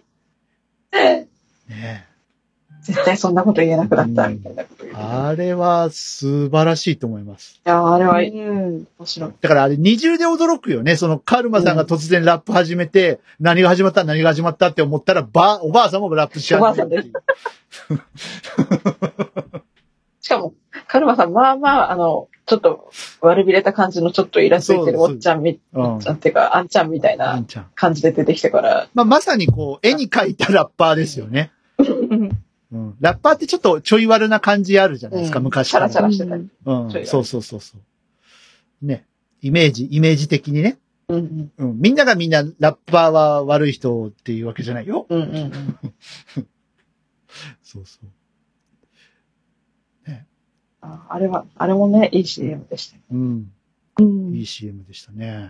ね絶対そんなこと言えなくなったみたいなこと言う。 あれは素晴らしいと思います。 いや、あれは、面白い。 だからあれ二重で驚くよね。カルマさんが突然ラップ始めて、何が始まったって思ったら、おばあさんもラップしちゃう。 おばあさんです。しかも、カルマさん、まあまあ、ちょっと悪びれた感じのちょっとイラついてるおっちゃんっていうか、あんちゃんみたいな感じで出てきてから。 まさに絵に描いたラッパーですよね。ラッパーってちょっとちょい悪な感じあるじゃないですか、昔から。 チャラチャラしてたり。そう。ね。イメージ的にね。みんながみんなラッパーは悪い人っていうわけじゃないよ。そう。ね。 あれもね、いい CM でした。 いい CM でしたね。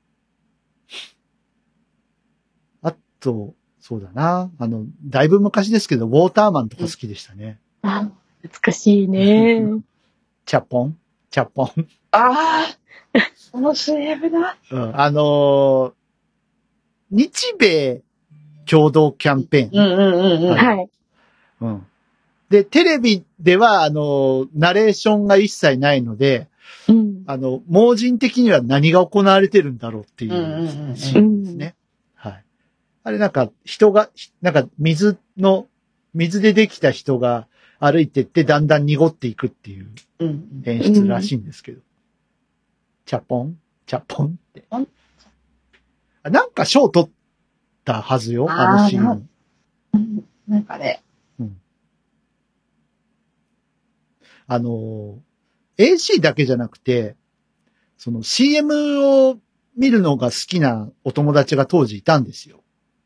あと、そうだな。だいぶ昔ですけど、ウォーターマンとか好きでしたね。 懐かしいね。 チャポン。 ああ、その CM だ。 日米共同キャンペーン。 はい。 で、テレビでは、ナレーションが一切ないので、盲人的には何が行われてるんだろうっていうシーンですね。あれなんかなんか水でできた人が歩いてってだんだん濁っていくっていう演出らしいんですけど。チャポンって。なんか賞取ったはずよ、あのシーン。 なんかね。 AC だけじゃなくて、CM を見るのが好きなお友達が当時いたんですよ。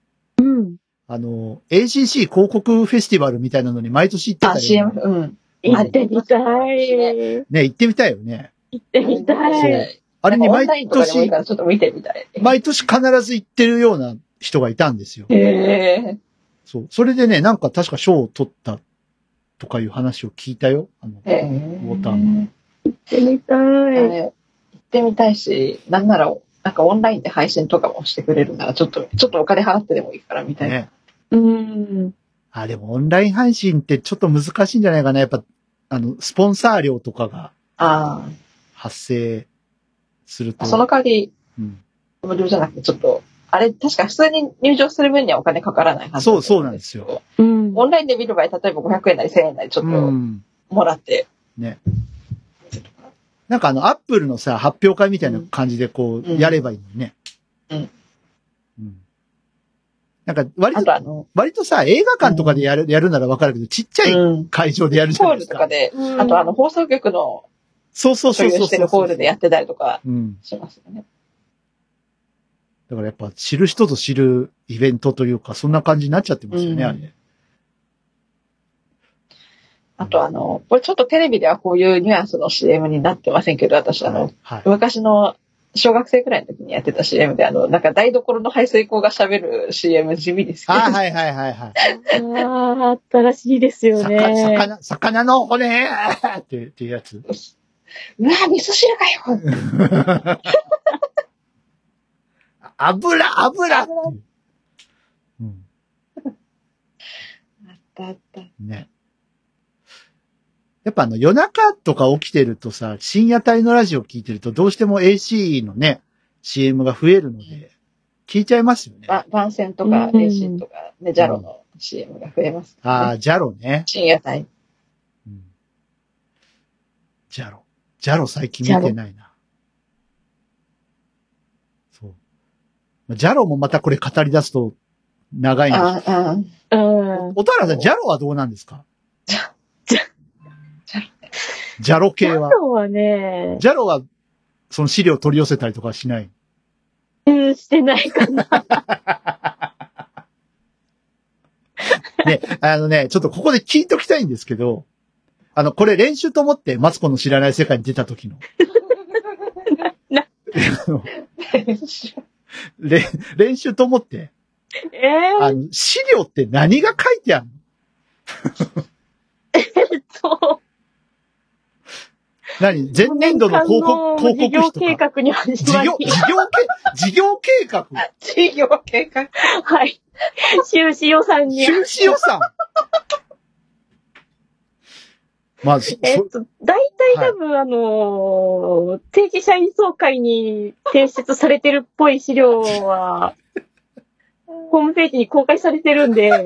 ACC 広告フェスティバルみたいなのに毎年行ってたよ、ね。 CM、うん。 行ってみたい。 ね、行ってみたいよね。 行ってみたい。そう。 あれに毎年、ちょっと見てみたい。 毎年必ず行ってるような人がいたんですよ。そう。それでね、なんか確か賞を取ったとかいう話を聞いたよ。ウォーターマン。 行ってみたい。 行ってみたいし、なんなら、なんかオンラインで配信とかもしてくれるなら、ちょっとお金払ってでもいいからみたいな。ね。 でもオンライン配信ってちょっと難しいんじゃないかな。やっぱ、スポンサー料とかが、発生すると。 その代わり、無料じゃなくて、ちょっと、あれ、確か普通に入場する分にはお金かからないはず。 そうなんですよ。 オンラインで見る場合、例えば500円なり1000円なりちょっと、もらって。 ね。なんかアップルのさ、発表会みたいな感じでこう、やればいいのにね。なんか割とさ、映画館とかでやるならわかるけど、ちっちゃい会場でやるじゃないですか。 ホールとかで、あと放送局の、 そう。 所有してるホールでやってたりとか、しますよね。 だからやっぱ知る人ぞ知るイベントというか、そんな感じになっちゃってますよね、あれ。 あとこれちょっとテレビではこういうニュアンスの CM になってませんけど、私昔の小学生くらいの時にやってた CM で、なんか台所の排水口が喋る CM 地味ですけど。 はい。 あったらしいですよね。 魚の骨っていうやつ。 うわ、味噌汁かよ油あった。 ね。やっぱ夜中とか起きてるとさ、深夜帯のラジオ聞いてるとどうしても AC のね、CM が増えるので、聞いちゃいますよね。 番宣とか AC とかね、ジャロの CM が増えます、ね。 ジャロね。 深夜帯。 ジャロ最近見てないな。そう。ジャロもまたこれ語り出すと長いんですけど。音原さん、ジャロはどうなんですか？ジャロ系は。ジャロは、その資料取り寄せたりとかしない？ してないかな。 ね、ちょっとここで聞いときたいんですけど、これ練習と思って、マツコの知らない世界に出た時の。練習と思って。資料って何が書いてあるの？何？前年度の広告費とか。 事業計画に始まり。 事業計画事業計画。 はい。収支予算に。 収支予算まず、 大体多分、定期社員総会に提出されてるっぽい資料は、ホームページに公開されてるんで。はい。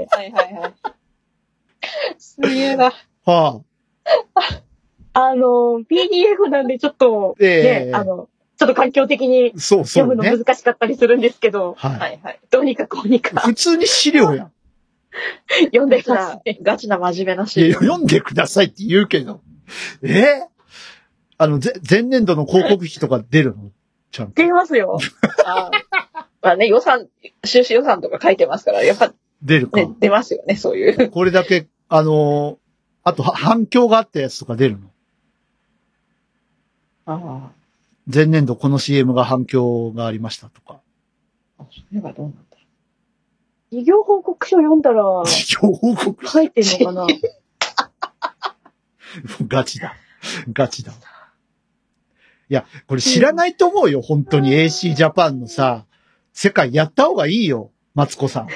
すげえな。 PDF なんでちょっと、ね、ちょっと環境的に読むの難しかったりするんですけど、はい。どうにかこうにか。 普通に資料やん。 読んでください。 ガチな真面目な資料。 読んでくださいって言うけど。前年度の広告費とか出るの？ちゃんと。 出ますよ。 まあね、収支予算とか書いてますから、やっぱ、 出るか。 ね、出ますよね、そういう。 これだけ、あと反響があったやつとか出るの？前年度この CM が反響がありましたとか。 それはどうなんだろう。事業報告書読んだら、 事業報告書書いてんのかな？ ガチだ。いや、これ知らないと思うよ、本当に AC ジャパンのさ、世界やった方がいいよ、マツコさん。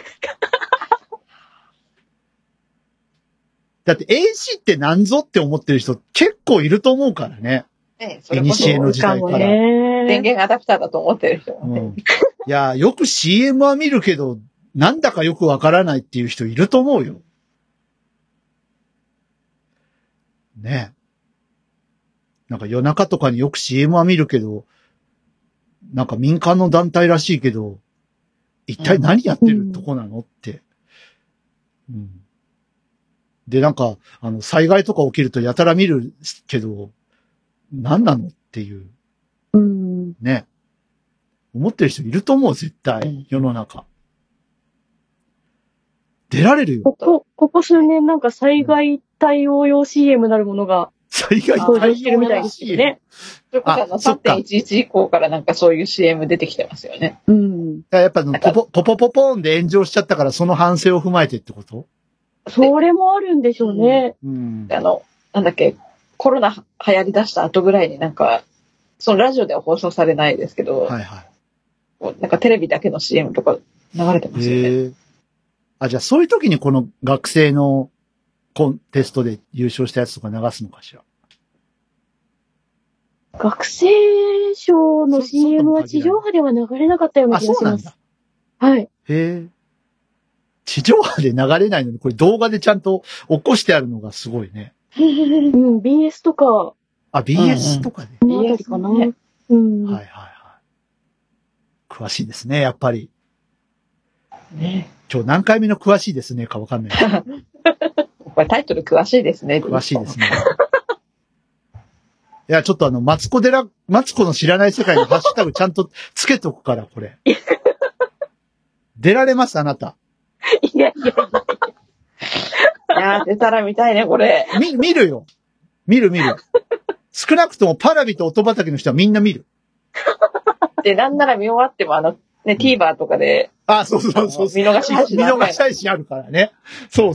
だって AC って何ぞって思ってる人結構いると思うからね。エニシエの時代から。 電源アダプターだと思ってる人もね。 いや、よく CM は見るけど、なんだかよくわからないっていう人いると思うよ。ね。なんか夜中とかによく CM は見るけど、なんか民間の団体らしいけど、一体何やってるとこなのって。で、なんか、災害とか起きるとやたら見るけど、何なのっていう。ね。思ってる人いると思う、絶対。世の中。 出られるよ。 ここ数年なんか災害対応用 CM なるもののが、 災害登場してるみたいですよね。 それこそ3.11以降からなんかそういう CM 出てきてますよね。 うん。 やっぱポポポンで炎上しちゃったからその反省を踏まえてってこと？ それもあるんでしょうね。 うん。 なんだっけ、コロナ流行り出した後ぐらいになんか、そのラジオでは放送されないですけど、 はいはい。 なんかテレビだけの CM とか流れてますよね。 じゃあそういう時にこの学生のコンテストで優勝したやつとか流すのかしら。 学生賞の CM は地上波では流れなかったような気がします。はい。 へえ。地上波で流れないのに、これ動画でちゃんと起こしてあるのがすごいね。 うん、BS とか。 BS とかね。 このあたりかな。ね、うん。 はいはいはい。詳しいですね、やっぱり。 ね。 今日何回目の詳しいですねかわかんない。 これタイトル詳しいですね。 詳しいですね。いや、ちょっとマツコの知らない世界のハッシュタグちゃんとつけとくから、これ。出られますあなた。 いや。 出たら見たいね、これ。 見るよ。見る。少なくともパラビと音畑の人はみんな見る。 で、なんなら見終わってもTVer とかで。 そう。見逃し配信あるからね。そう。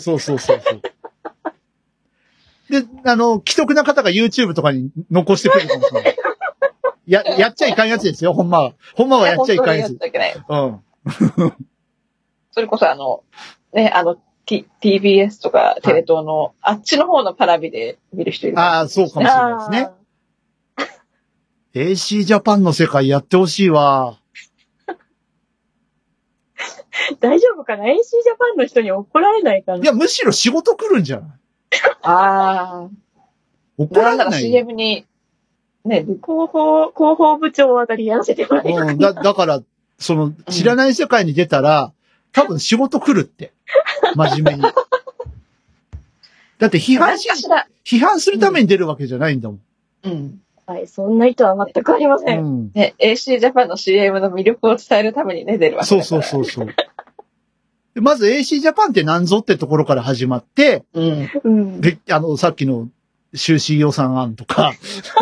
で、既得な方が YouTube とかに残してくれるかもしれない。やっちゃいかんやつですよ、ほんまは。ほんまはやっちゃいかんやつ。 やっちゃいけない。 うん。 それこそTBS とかテレ東の、あっちの方のパラビで見る人いる、ね。 そうかもしれないですね。AC ジャパンの世界やってほしいわ。 大丈夫かな ?AC ジャパンの人に怒られないかな。 いや、むしろ仕事来るんじゃない？怒られない。 CM に、ね、 広報部長あたりやらせてもらいたい。 だから、知らない世界に出たら、多分仕事来るって。真面目に。だって批判するために出るわけじゃないんだもん。 うん。 はい、そんな意図は全くありません。 ね、AC ジャパンの CM の魅力を伝えるためにね、出るわけだから。 そう。でまず AC ジャパンって何ぞってところから始まって、で、さっきの収支予算案とか、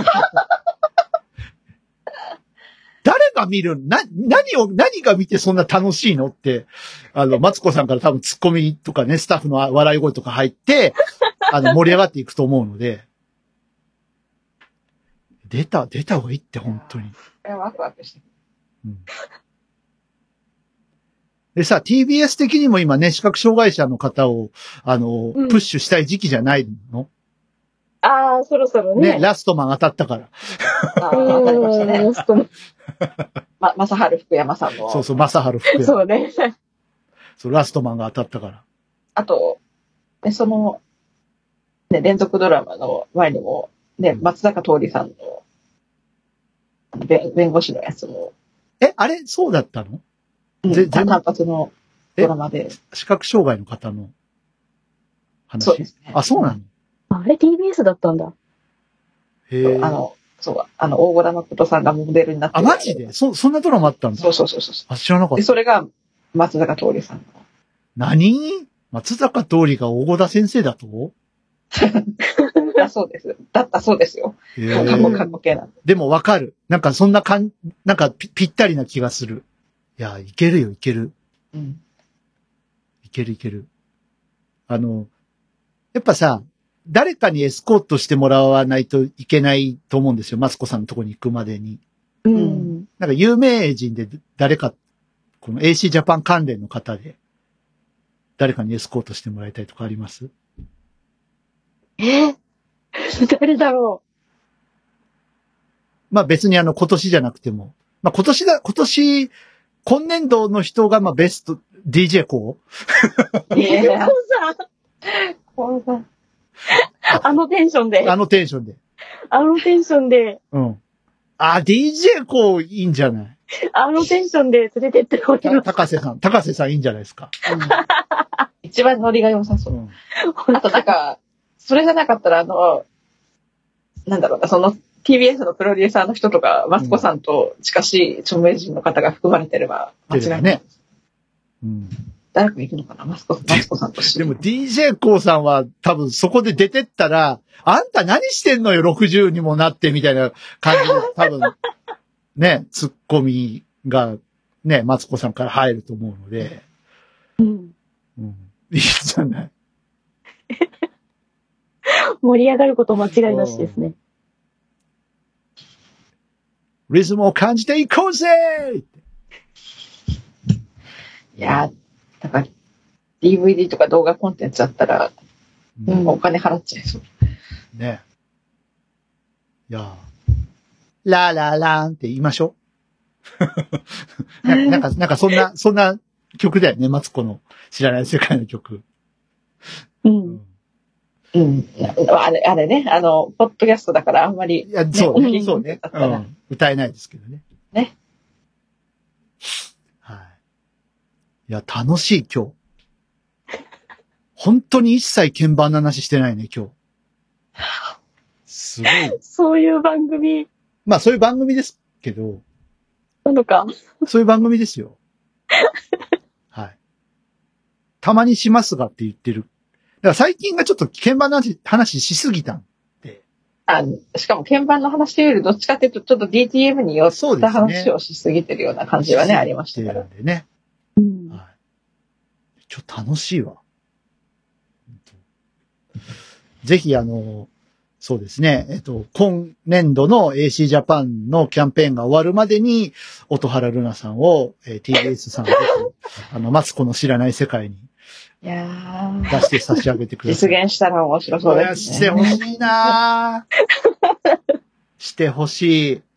誰が見る何が見てそんな楽しいのって、マツコさんから多分ツッコミとかね、スタッフの笑い声とか入って、盛り上がっていくと思うので、出た方がいいって、本当に。 ワクワクして。 でさ、TBS 的にも今ね、視覚障害者の方を、プッシュしたい時期じゃないの？ そろそろね。 ラストマン当たったから。 当たりましたね。ラストマン。正春福山さんの。 そう、正春福山。 そうね。 ラストマンが当たったから。 あと、連続ドラマの前にも、松坂桃李さんの、弁護士のやつも。 あれそうだったの？ 単発のドラマで。 視覚障害の方の話？ そうですね。 そうなの？ あれ TBS だったんだ。 へえ。 大倉誠さんがモデルになって。 マジで？そんなドラマあったんだ。 そう。 知らなかった。で、 それが松坂桃李さんの。 何？松坂桃李が大倉先生だと？ そうです。だったそうですよ。過去形なんで。 でもわかる。なんかそんななんかぴったりな気がする。いや、いけるよ、いける。 うん。 いける。やっぱさ、誰かにエスコートしてもらわないといけないと思うんですよ。マツコさんのところに行くまでに。なんか有名人で誰か、この AC ジャパン関連の方で、誰かにエスコートしてもらいたいとかあります？ 誰だろう。別に今年じゃなくても。今年、今年度の人がベスト、DJ コウコさん。あのテンションで。 うん。DJ コウいいんじゃない？ あのテンションで連れてってほしい。 高瀬さんいいんじゃないですか。 一番ノリが良さそう。あとなんか、それじゃなかったらなんだろうな、TBS のプロデューサーの人とか、マツコさんと近しい著名人の方が含まれてれば間違いない。 誰かいるのかなマツコさんとでも DJ コーさんは多分そこで出てったら、あんた何してんのよ、60にもなってみたいな感じで多分、ね、ツッコミがね、マツコさんから入ると思うので。うん。うん。いいじゃない。 盛り上がること間違いなしですね。 リズムを感じていこうぜいやー、なんか DVD とか動画コンテンツだったら、うん、お金払っちゃいそう。 ね。いやララランって言いましょう。なんかそんな曲だよね、マツコの知らない世界の曲。 うん。うん。あれね、ポッドキャストだからあんまり、 ね。いや、そうね、そうね。うん。歌えないですけどね。 ね。 はい。いや、楽しい今日。本当に一切鍵盤の話してないね、今日。すごい。 そういう番組。 まあそういう番組ですけど。 なのか。 そういう番組ですよ。はい。たまにしますがって言ってる。だから最近がちょっと鍵盤の話しすぎたんで。 しかも鍵盤の話よりどっちかっていうとちょっと DTM に寄った話をしすぎてるような感じはね、ありましたから。 でね。うん。はい。ちょっと楽しいわ。ぜひそうですね。今年度の AC ジャパンのキャンペーンが終わるまでに、音原ルナさんを、TBS さんをマツコの知らない世界に出して差し上げてください。 実現したら面白そうですね。 してほしいなしてほしい。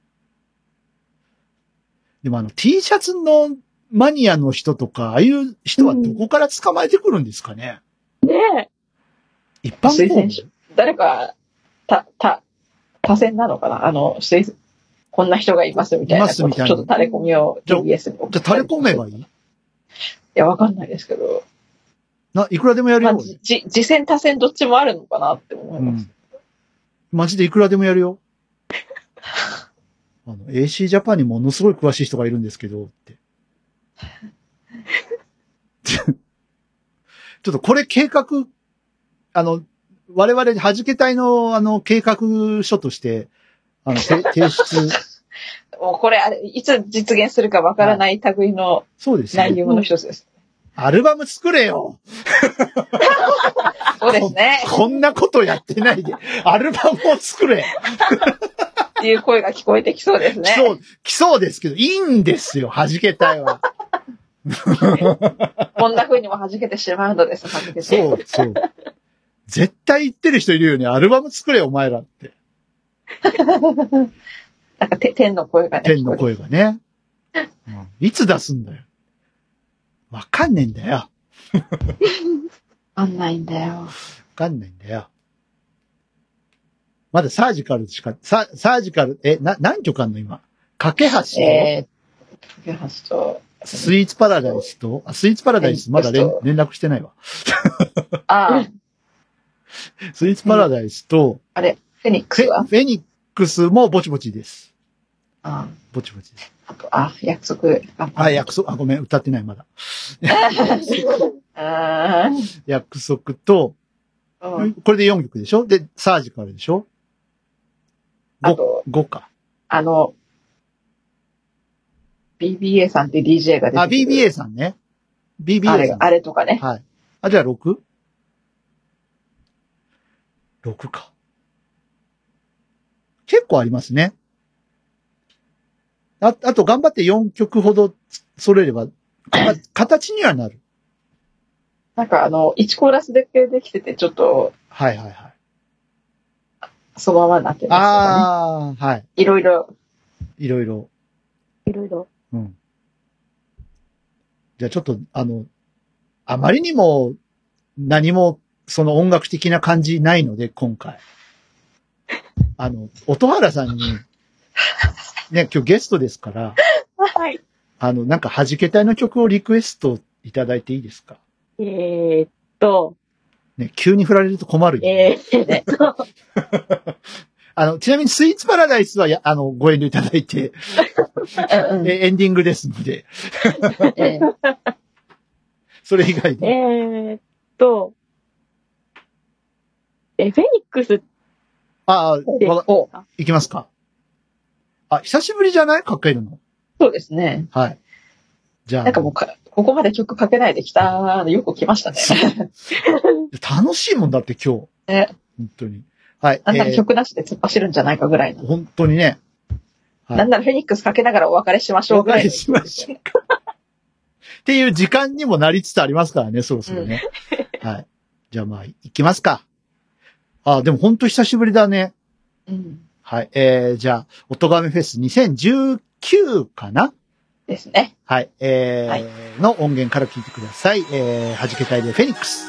でもT シャツのマニアの人とか、ああいう人はどこから捕まえてくるんですかね。 ねえ。 一般公募誰か、多選なのかなこんな人がいますみたいな。ちょっと垂れ込みを TBS に送じゃあ垂れ込めばいい？いや、わかんないですけど。 いくらでもやるよ。 次戦多戦どっちもあるのかなって思います。 マジでいくらでもやるよ。AC ジャパンにものすごい詳しい人がいるんですけど、って。ちょっとこれ計画、我々はじけ隊の計画書として、提出。 もうこれ、いつ実現するかわからない類の内容の一つです。 アルバム作れよそうですね。 こんなことやってないで、アルバムを作れっていう声が聞こえてきそうですね。 来そうですけど、いいんですよ、はじけ隊は。 こんな風にもはじけてしまうのです、はじけて。 そう。絶対言ってる人いるよね。アルバム作れよ、お前らって。 なんか天の声がね。 天の声がね。いつ出すんだよ。わかんねえんだよ。 わかんないんだよ。 わかんないんだよ。まだサージカルしか、サージカル、何曲あんの今。架け橋と、 架け橋と、 スイーツパラダイスと、スイーツパラダイスまだ連絡してないわ。 ああ。 スイーツパラダイスと、 あれ、フェニックスはフェニックスもぼちぼちです。 ああ。 ぼちぼちです。 あと、約束。 約束、ごめん、歌ってない、まだ。約束と、これで4曲でしょ？で、サージカルでしょ？ 5 か。 BBA さんって DJ が出てくる。 BBA さんね。BBA さん。 あれとかね。 はい。じゃあ 6？ 6か。結構ありますね。あと頑張って4曲ほど揃えれば、形にはなる。 なんか1コーラスだけできてて、ちょっと。 はい。 そのままになってますね。はい。 いろいろ。 うん。じゃあちょっと、あまりにも何もその音楽的な感じないので、今回。音原さんに、ね、今日ゲストですから、 はい。 なんか弾け隊の曲をリクエストいただいていいですか？ ね、 急に振られると困るよ、ね。ちなみにスイーツパラダイスはご遠慮いただいて、エンディングですので。 それ以外で。 フェニックス。 いきますか。久しぶりじゃないかけるの。 そうですね。 はい。じゃあ。 なんかもうここまで曲かけないで来たよく来ましたね。 楽しいもんだって今日。本当に。はい。 なんなら曲なしで突っ走るんじゃないかぐらいの。 本当にね。 はい、なんならフェニックスかけながらお別れしましょうぐらい。 お別れしましょう。っていう時間にもなりつつありますからね、そろそろね。はい。じゃあ行きますか。でも本当久しぶりだね。はい。じゃあ、おとがめフェス2019かなですね。 はい。の音源から聞いてください。はじけたいでフェニックス。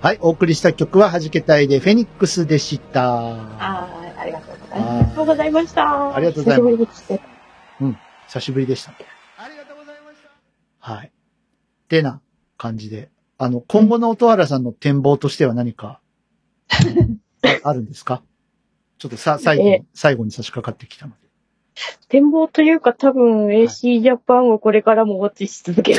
はい、お送りした曲は、はじけたいでフェニックスでした。 ありがとうございます。ありがとうございました。 ありがとうございます。久しぶりでした。ありがとうございました。はい。ってな感じで。今後の音原さんの展望としては何か、あるんですか？ちょっと最後に差し掛かってきたので。 展望というか多分 AC ジャパンをこれからもウォッチし続ける。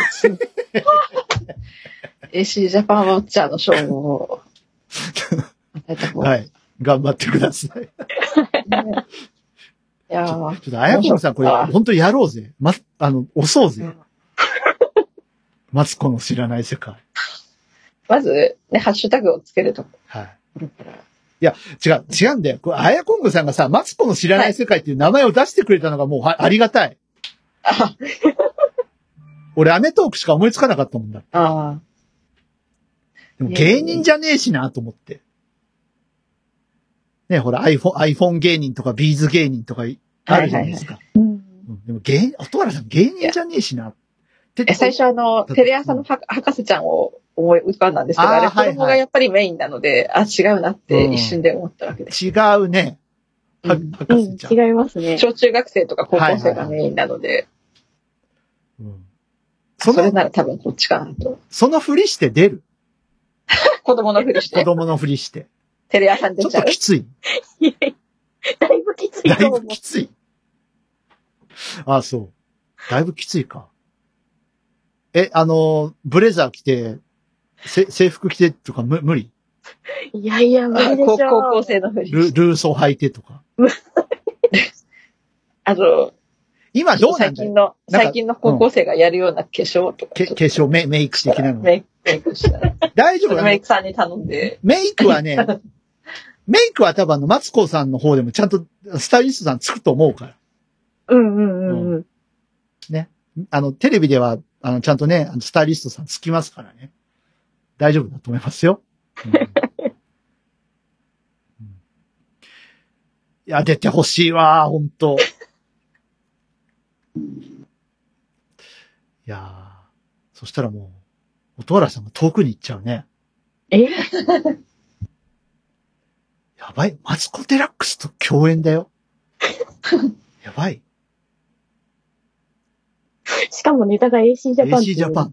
AC ジャパンウォッチャーの賞を。 はい。頑張ってください。いやちょっと、あやころさん、これ、本当やろうぜ。押そうぜ。マツコの知らない世界。 まず、ね、ハッシュタグをつけると。 はい。いや、違うんだよ。これ、あやこんぐさんがさ、マツコの知らない世界っていう名前を出してくれたのがもうありがたい。俺、アメトークしか思いつかなかったもんだ。でも芸人じゃねえしなと思って。ね、ほら iPhone 芸人とかビーズ芸人とかあるじゃないですか。でも音原さん芸人じゃねえしな。 最初テレ朝の博士ちゃんを思い浮かんだんですけど、あれ子供がやっぱりメインなので、違うなって一瞬で思ったわけです。 違うね。博士ちゃん。 違いますね。 小中学生とか高校生がメインなので。それなら多分こっちかなと。 そのふりして出る？ 子供のふりして。 子供のふりして。 テレ朝出ちゃう。 ちょっときつい。 だいぶきつい。 だいぶきつい。あ、そう。だいぶきついか。ブレザー着て、制服着てとか無理？ いやいや、無理でしょ。 高校生のふり。 ルーソー履いてとか。今どうなんだよ。 最近の高校生がやるような化粧とか。 化粧、メイク的なの。 メイクしたら。 大丈夫メイクさんに頼んで。 メイクはね、メイクは多分マツコさんの方でもちゃんとスタイリストさんつくと思うから。ね。テレビでは、ちゃんとね、スタイリストさんつきますからね。大丈夫だと思いますよ。いや、出てほしいわ、ほんと。いやー、そしたらもう、音原さんが遠くに行っちゃうね。 やばい。マツコデラックスと共演だよ。やばい。 しかもネタが AC ジャパン。 AC ジャパン。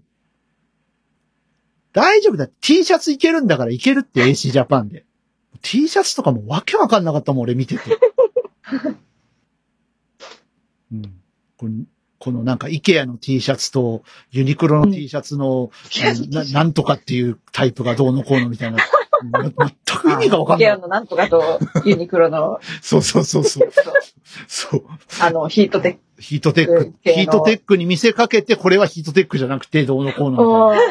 大丈夫だ。T シャツいけるんだからいけるって AC ジャパンで。T シャツとかもわけわかんなかったもん、俺見てて。このなんか IKEA の T シャツとユニクロの T シャツの、なんとかっていうタイプがどうのこうのみたいな。全く意味がわかんない。 IKEA のなんとかとユニクロの。 そう。そう。 ヒートテック。 ヒートテックに見せかけて、これはヒートテックじゃなくてどうのこうのみた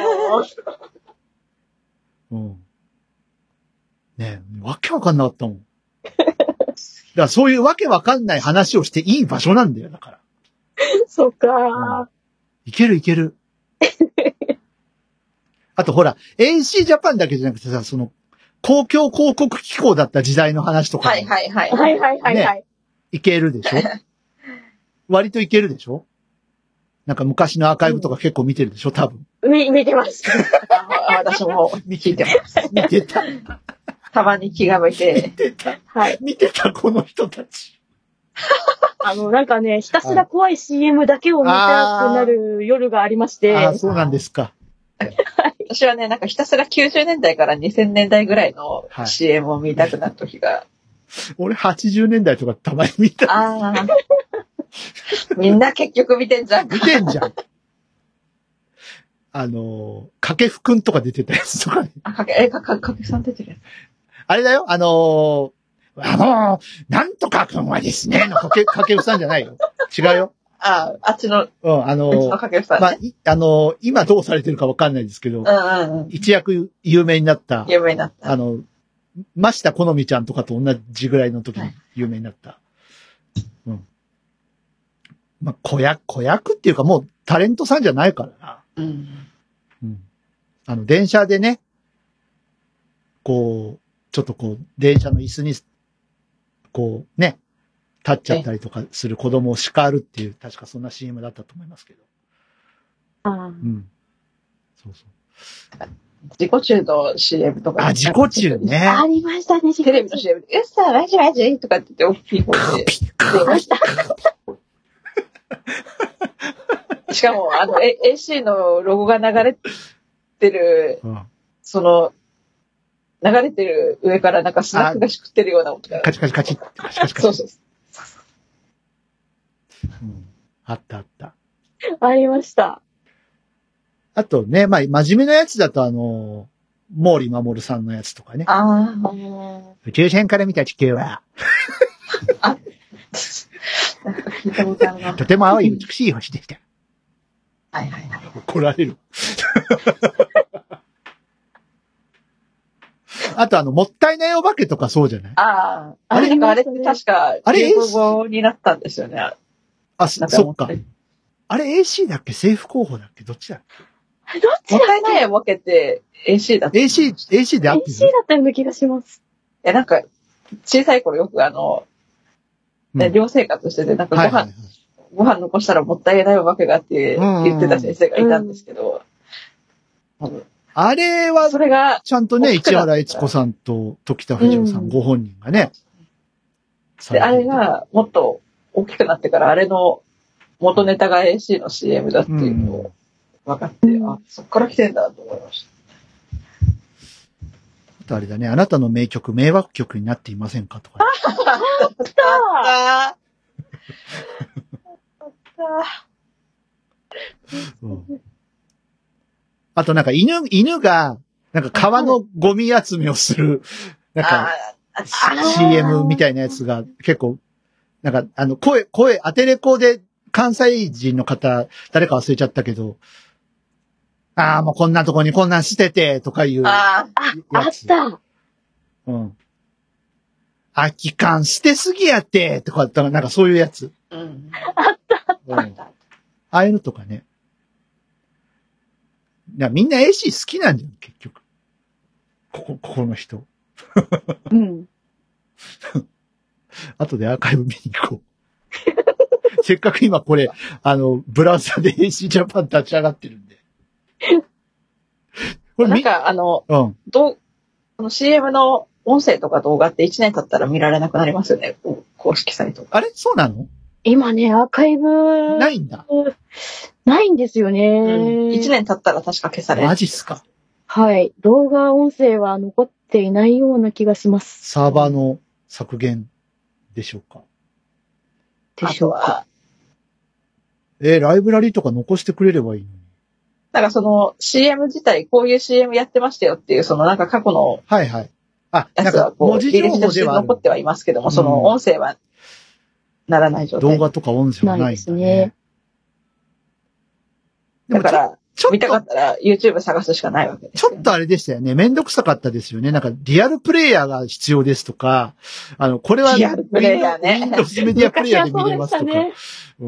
いな。ねえ、わけわかんなかったもん。だからそういうわけわかんない話をしていい場所なんだよ、だから。 そうか。 いける。あとほら、AC ジャパンだけじゃなくてさ、その、公共広告機構だった時代の話とか。 はい。 ね、 いけるでしょ割といけるでしょなんか昔のアーカイブとか結構見てるでしょ多分。 見てます。 私も聞いてます。 見てた。 たまに気が向いて。 見てた。 はい。 見てた、この人たち。 なんかね、ひたすら怖い CM だけを見たくなる夜がありまして。 そうなんですか。 私はね、なんかひたすら90年代から2000年代ぐらいの CM を見たくなる時が。 俺80年代とかたまに見た。 みんな結局見てんじゃん。 見てんじゃん。掛布くんとか出てたやつとかね。 掛布さん出てるやつ。 あれだよ、なんとかくんはですね、掛布さんじゃないよ。違うよ。 あっちの。掛布さん、ね。 まあ、今どうされてるかわかんないですけど、一躍有名になった。真下好みちゃんとかと同じぐらいの時に有名になった。まあ、子役っていうかもうタレントさんじゃないからな。電車でね、こう、ちょっとこう、電車の椅子に、こう、ね、立っちゃったりとかする子供を叱るっていう、確かそんな CM だったと思いますけど。そう。 自己中の CM とか。 あ、自己中ね。 ありましたね、 テレビの CM で、マジマジとかって言って大きい声で。出ました。しかも、AC のロゴが流れてる、流れてる上からなんかスナックがしくってるような音が。 カチカチカチ。カチカチカチ。 そうそう。 あったあった。 ありました。 あとね、真面目なやつだと毛利守さんのやつとかね。宇宙船から見た地球は、 なんか聞いたことあるな。 とても青い美しい星でした。 はいはいはい。 怒られる。あともったいないお化けとかそうじゃない？ あれって確か、流行語になったんですよね。 そっか。あれ AC だっけ？政府候補だっけ？どっちだっけ？ どっちだっけ？ もったいないお化けって AC だった。 AC であってる？ AC だったような気がします。 なんか、小さい頃よく寮生活してて、なんかご飯残したらもったいないお化けがって言ってた先生がいたんですけど、 あれは、 それが、 ちゃんとね、市原悦子さんと時田不二夫さんご本人がね。 で、あれがもっと大きくなってから、あれの元ネタが AC の CM だっていうのを分かって、そっから来てんだと思いました。 あとあれだね、あなたの名曲、迷惑曲になっていませんかとか、ね。 ああとなんか犬が、なんか川のゴミ集めをする、なんか、CM みたいなやつが結構、なんか声、アテレコで関西人の方、誰か忘れちゃったけど、もうこんなとこにこんなん捨てて、とかいう。 あった。 うん。空き缶捨てすぎやって、とか、なんかそういうやつ。 うん。 あった。 ああいうのとかね。みんな AC 好きなんだよ、結局。ここの人。 うん。 後でアーカイブ見に行こう。せっかく今これ、ブラウザで AC ジャパン立ち上がってるんで。 これなんかこの CM の音声とか動画って1年経ったら見られなくなりますよね。公式サイト。 あれそうなの？ 今ね、アーカイブ。 ないんだ。 ないんですよね。 1年経ったら確か消される。 マジっすか？ はい。動画音声は残っていないような気がします。 サーバーの削減でしょうか？ でしょうか。 ライブラリとか残してくれればいいのに。 なんかその CM 自体、こういう CM やってましたよっていう、そのなんか過去の。 はいはい。 やつはこう、履歴として残ってはいますけども、その音声はならない状態。 動画とか音声はないんですね。 だから、見たかったら YouTube 探すしかないわけです、 ね。ちょっとあれでしたよね。めんどくさかったですよね。なんかリアルプレイヤーが必要ですとか、これはリアルプレイヤーね。 Windows メディアプレイヤーで見れますとか。うん。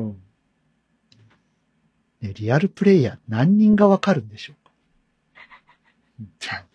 ね、リアルプレイヤー何人がわかるんでしょうか？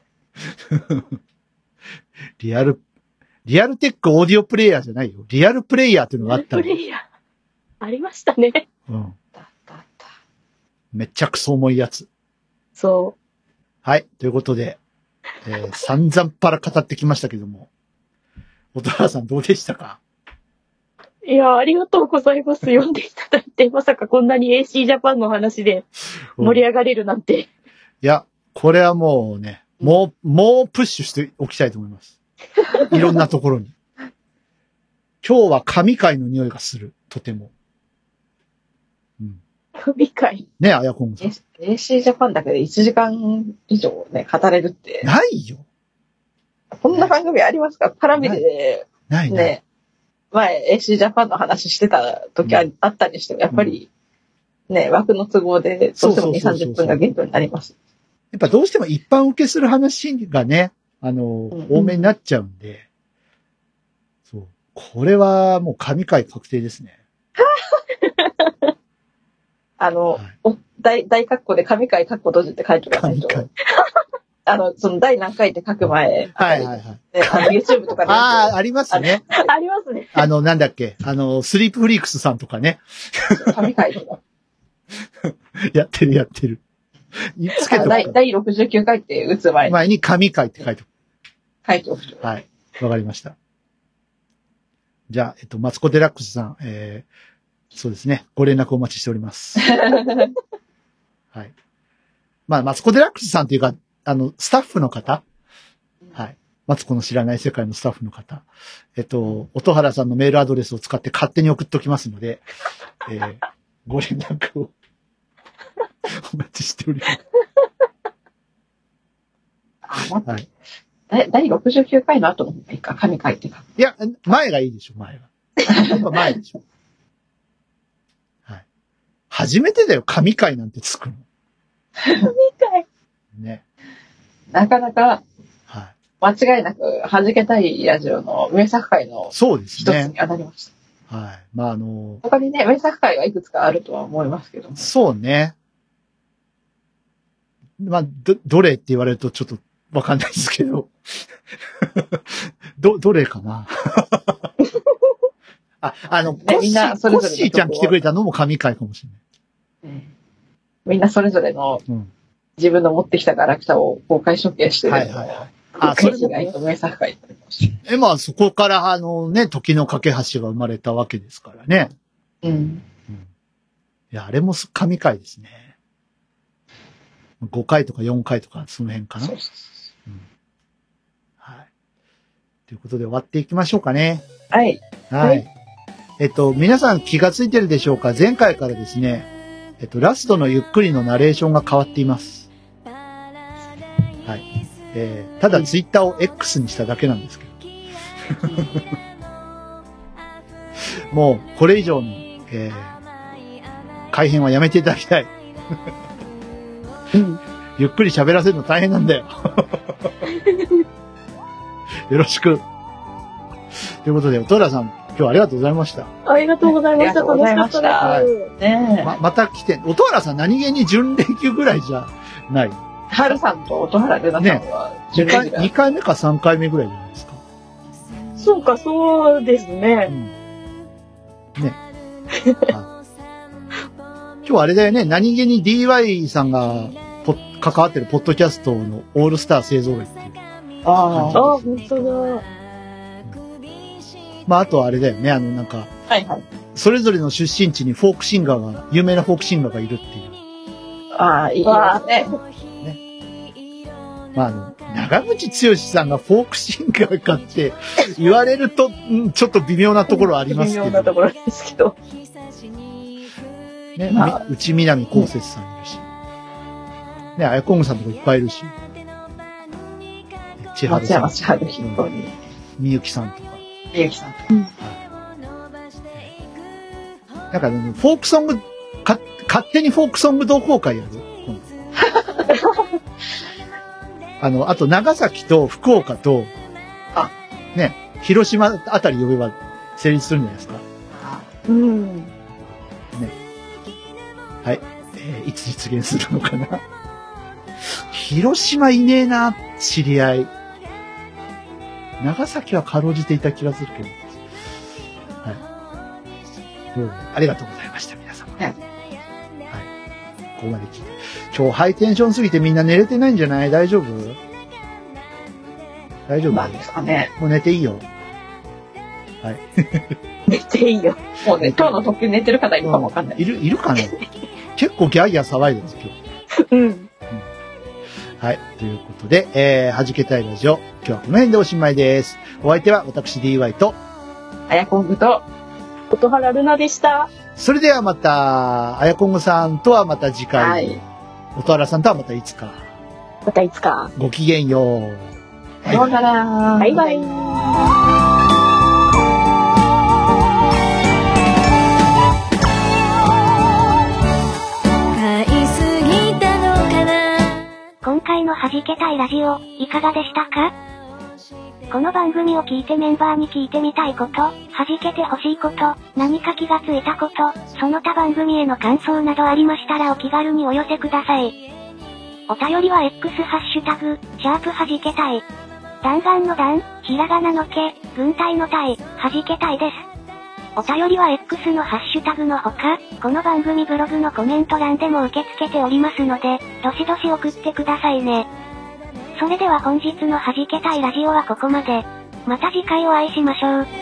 リアルテックオーディオプレイヤーじゃないよ。リアルプレイヤーっていうのがあったの。 プレイヤー。ありましたね。 うん。めっちゃくそ重いやつ。 そう。 はい。ということで、散々パラ語ってきましたけども。音原さんどうでしたか？ いや、ありがとうございます。読んでいただいて、まさかこんなに AC ジャパンの話で盛り上がれるなんて。 いや、これはもうね、もうプッシュしておきたいと思います。いろんなところに。今日は神回の匂いがする。とても。うん。 神回ね、あやこんさん。 AC ジャパンだけで1時間以上ね、語れるって。 ないよ。 こんな番組ありますか？パラビで、 ない。 ね、前 AC ジャパンの話してた時あったにしても、やっぱり、ね、枠の都合で、どうしても2、30分が限度になります。 やっぱどうしても一般受けする話がね、多めになっちゃうんで、そう。これはもう神回確定ですね。 大括弧で神回括弧閉じって書いてくださいと。その第何回って書く前。 はいはいはい。 YouTube とかで。 ありますね。 ありますね。 なんだっけ、スリープフリークスさんとかね。 神回とか。 やってる。 つけとく。 第69回って打つ前に神回って書いておく。 書いておく。 はい。わかりました。じゃあ、マツコデラックスさん、そうですね。ご連絡お待ちしております。はい。まあ、マツコデラックスさんっていうか、スタッフの方、はい。マツコの知らない世界のスタッフの方。音原さんのメールアドレスを使って勝手に送っておきますので、ご連絡をお待ちしております。 はい。第69回の後の方がいいか、神回ってか。 いや、前がいいでしょ、前が。やっぱ前でしょ。はい。初めてだよ、神回なんてつくの。 神回ね。 なかなか、間違いなく、弾けたいラジオの名作回のそうです一つに当たりました。 はい。まあ他にね、名作回はいくつかあるとは思いますけど。 そうね。まあ、どれって言われるとちょっとわかんないですけど。どれかな。みんなそれぞれコッシーちゃん来てくれたのも神回かもしれない。 みんなそれぞれの、自分の持ってきたガラクタを公開処刑してる。 はいはいはい。 それが名作回ってまあ、そこから時の架け橋が生まれたわけですからね。 うん。 いや、あれも神回ですね。5回とか4回とか、その辺かな。そう。はい。ということで終わっていきましょうかね。 はい。 はい。皆さん気がついてるでしょうか？前回からですね、ラストのゆっくりのナレーションが変わっています。はい。ただツイッターを X にしただけなんですけど。もう、これ以上の、改編はやめていただきたい。ゆっくり喋らせるの大変なんだよ。よろしく。ということで、音原さん、今日はありがとうございました。 ありがとうございました。楽しかったです。 はい。また来て、音原さん何気に準レギュぐらいじゃない。 春さんと音原ルナさんは準レギュ、 2回目か3回目ぐらいじゃないですか。 そうか、そうですね。 ね。今日あれだよね、何気に DY さんが関わってるポッドキャストのオールスター勢ぞろいっていう。 ああ、本当だ。 まあ、あとはあれだよね、 はいはい。 それぞれの出身地にフォークシンガーが、有名なフォークシンガーがいるっていう。 ああ、いいですね。 まあ、長渕剛さんがフォークシンガーかって言われると、ちょっと微妙なところありますけど。 微妙なところですけど。 ね、内南こうせつさんいるし。ね、あやこんぐさんとかいっぱいいるし。千春さん。 千春ひとり。 みゆきさんとか。 みゆきさんとか。 なんか、フォークソング、勝手にフォークソング同好会やる。あと、長崎と福岡と、ね、広島あたり呼べば成立するんじゃないですか。ね。はい。いつ実現するのかな。広島いねえな、知り合い。長崎はかろうじていた気がするけど。はい。ありがとうございました、皆様。はい。ここまで聞いて。今日ハイテンションすぎてみんな寝れてないんじゃない？大丈夫？大丈夫？ なんですかね。 もう寝ていいよ。はい。 寝ていいよ。 もうね、今日の特急寝てる方いるかもわかんない。 いるかな？結構ギャーギャー騒いでるんです、今日。はい。ということで、弾けたいラジオ、今日はこの辺でおしまいです。お相手は私 DY と、 あやこんぐと、 音原ルナでした。 それではまた、あやこんぐさんとはまた次回。はい。音原さんとはまたいつか。 またいつか。 ごきげんよう。 さようなら。 バイバイ。 今回の弾けたいラジオ、いかがでしたか？この番組を聞いてメンバーに聞いてみたいこと、弾けてほしいこと、何か気がついたこと、その他番組への感想などありましたらお気軽にお寄せください。お便りは X ハッシュタグ、弾けたい。弾丸の弾、ひらがなのけ、軍隊の隊、弾けたいです。 お便りは X のハッシュタグのほか、この番組ブログのコメント欄でも受け付けておりますので、どしどし送ってくださいね。それでは本日の弾けたいラジオはここまで。また次回お会いしましょう。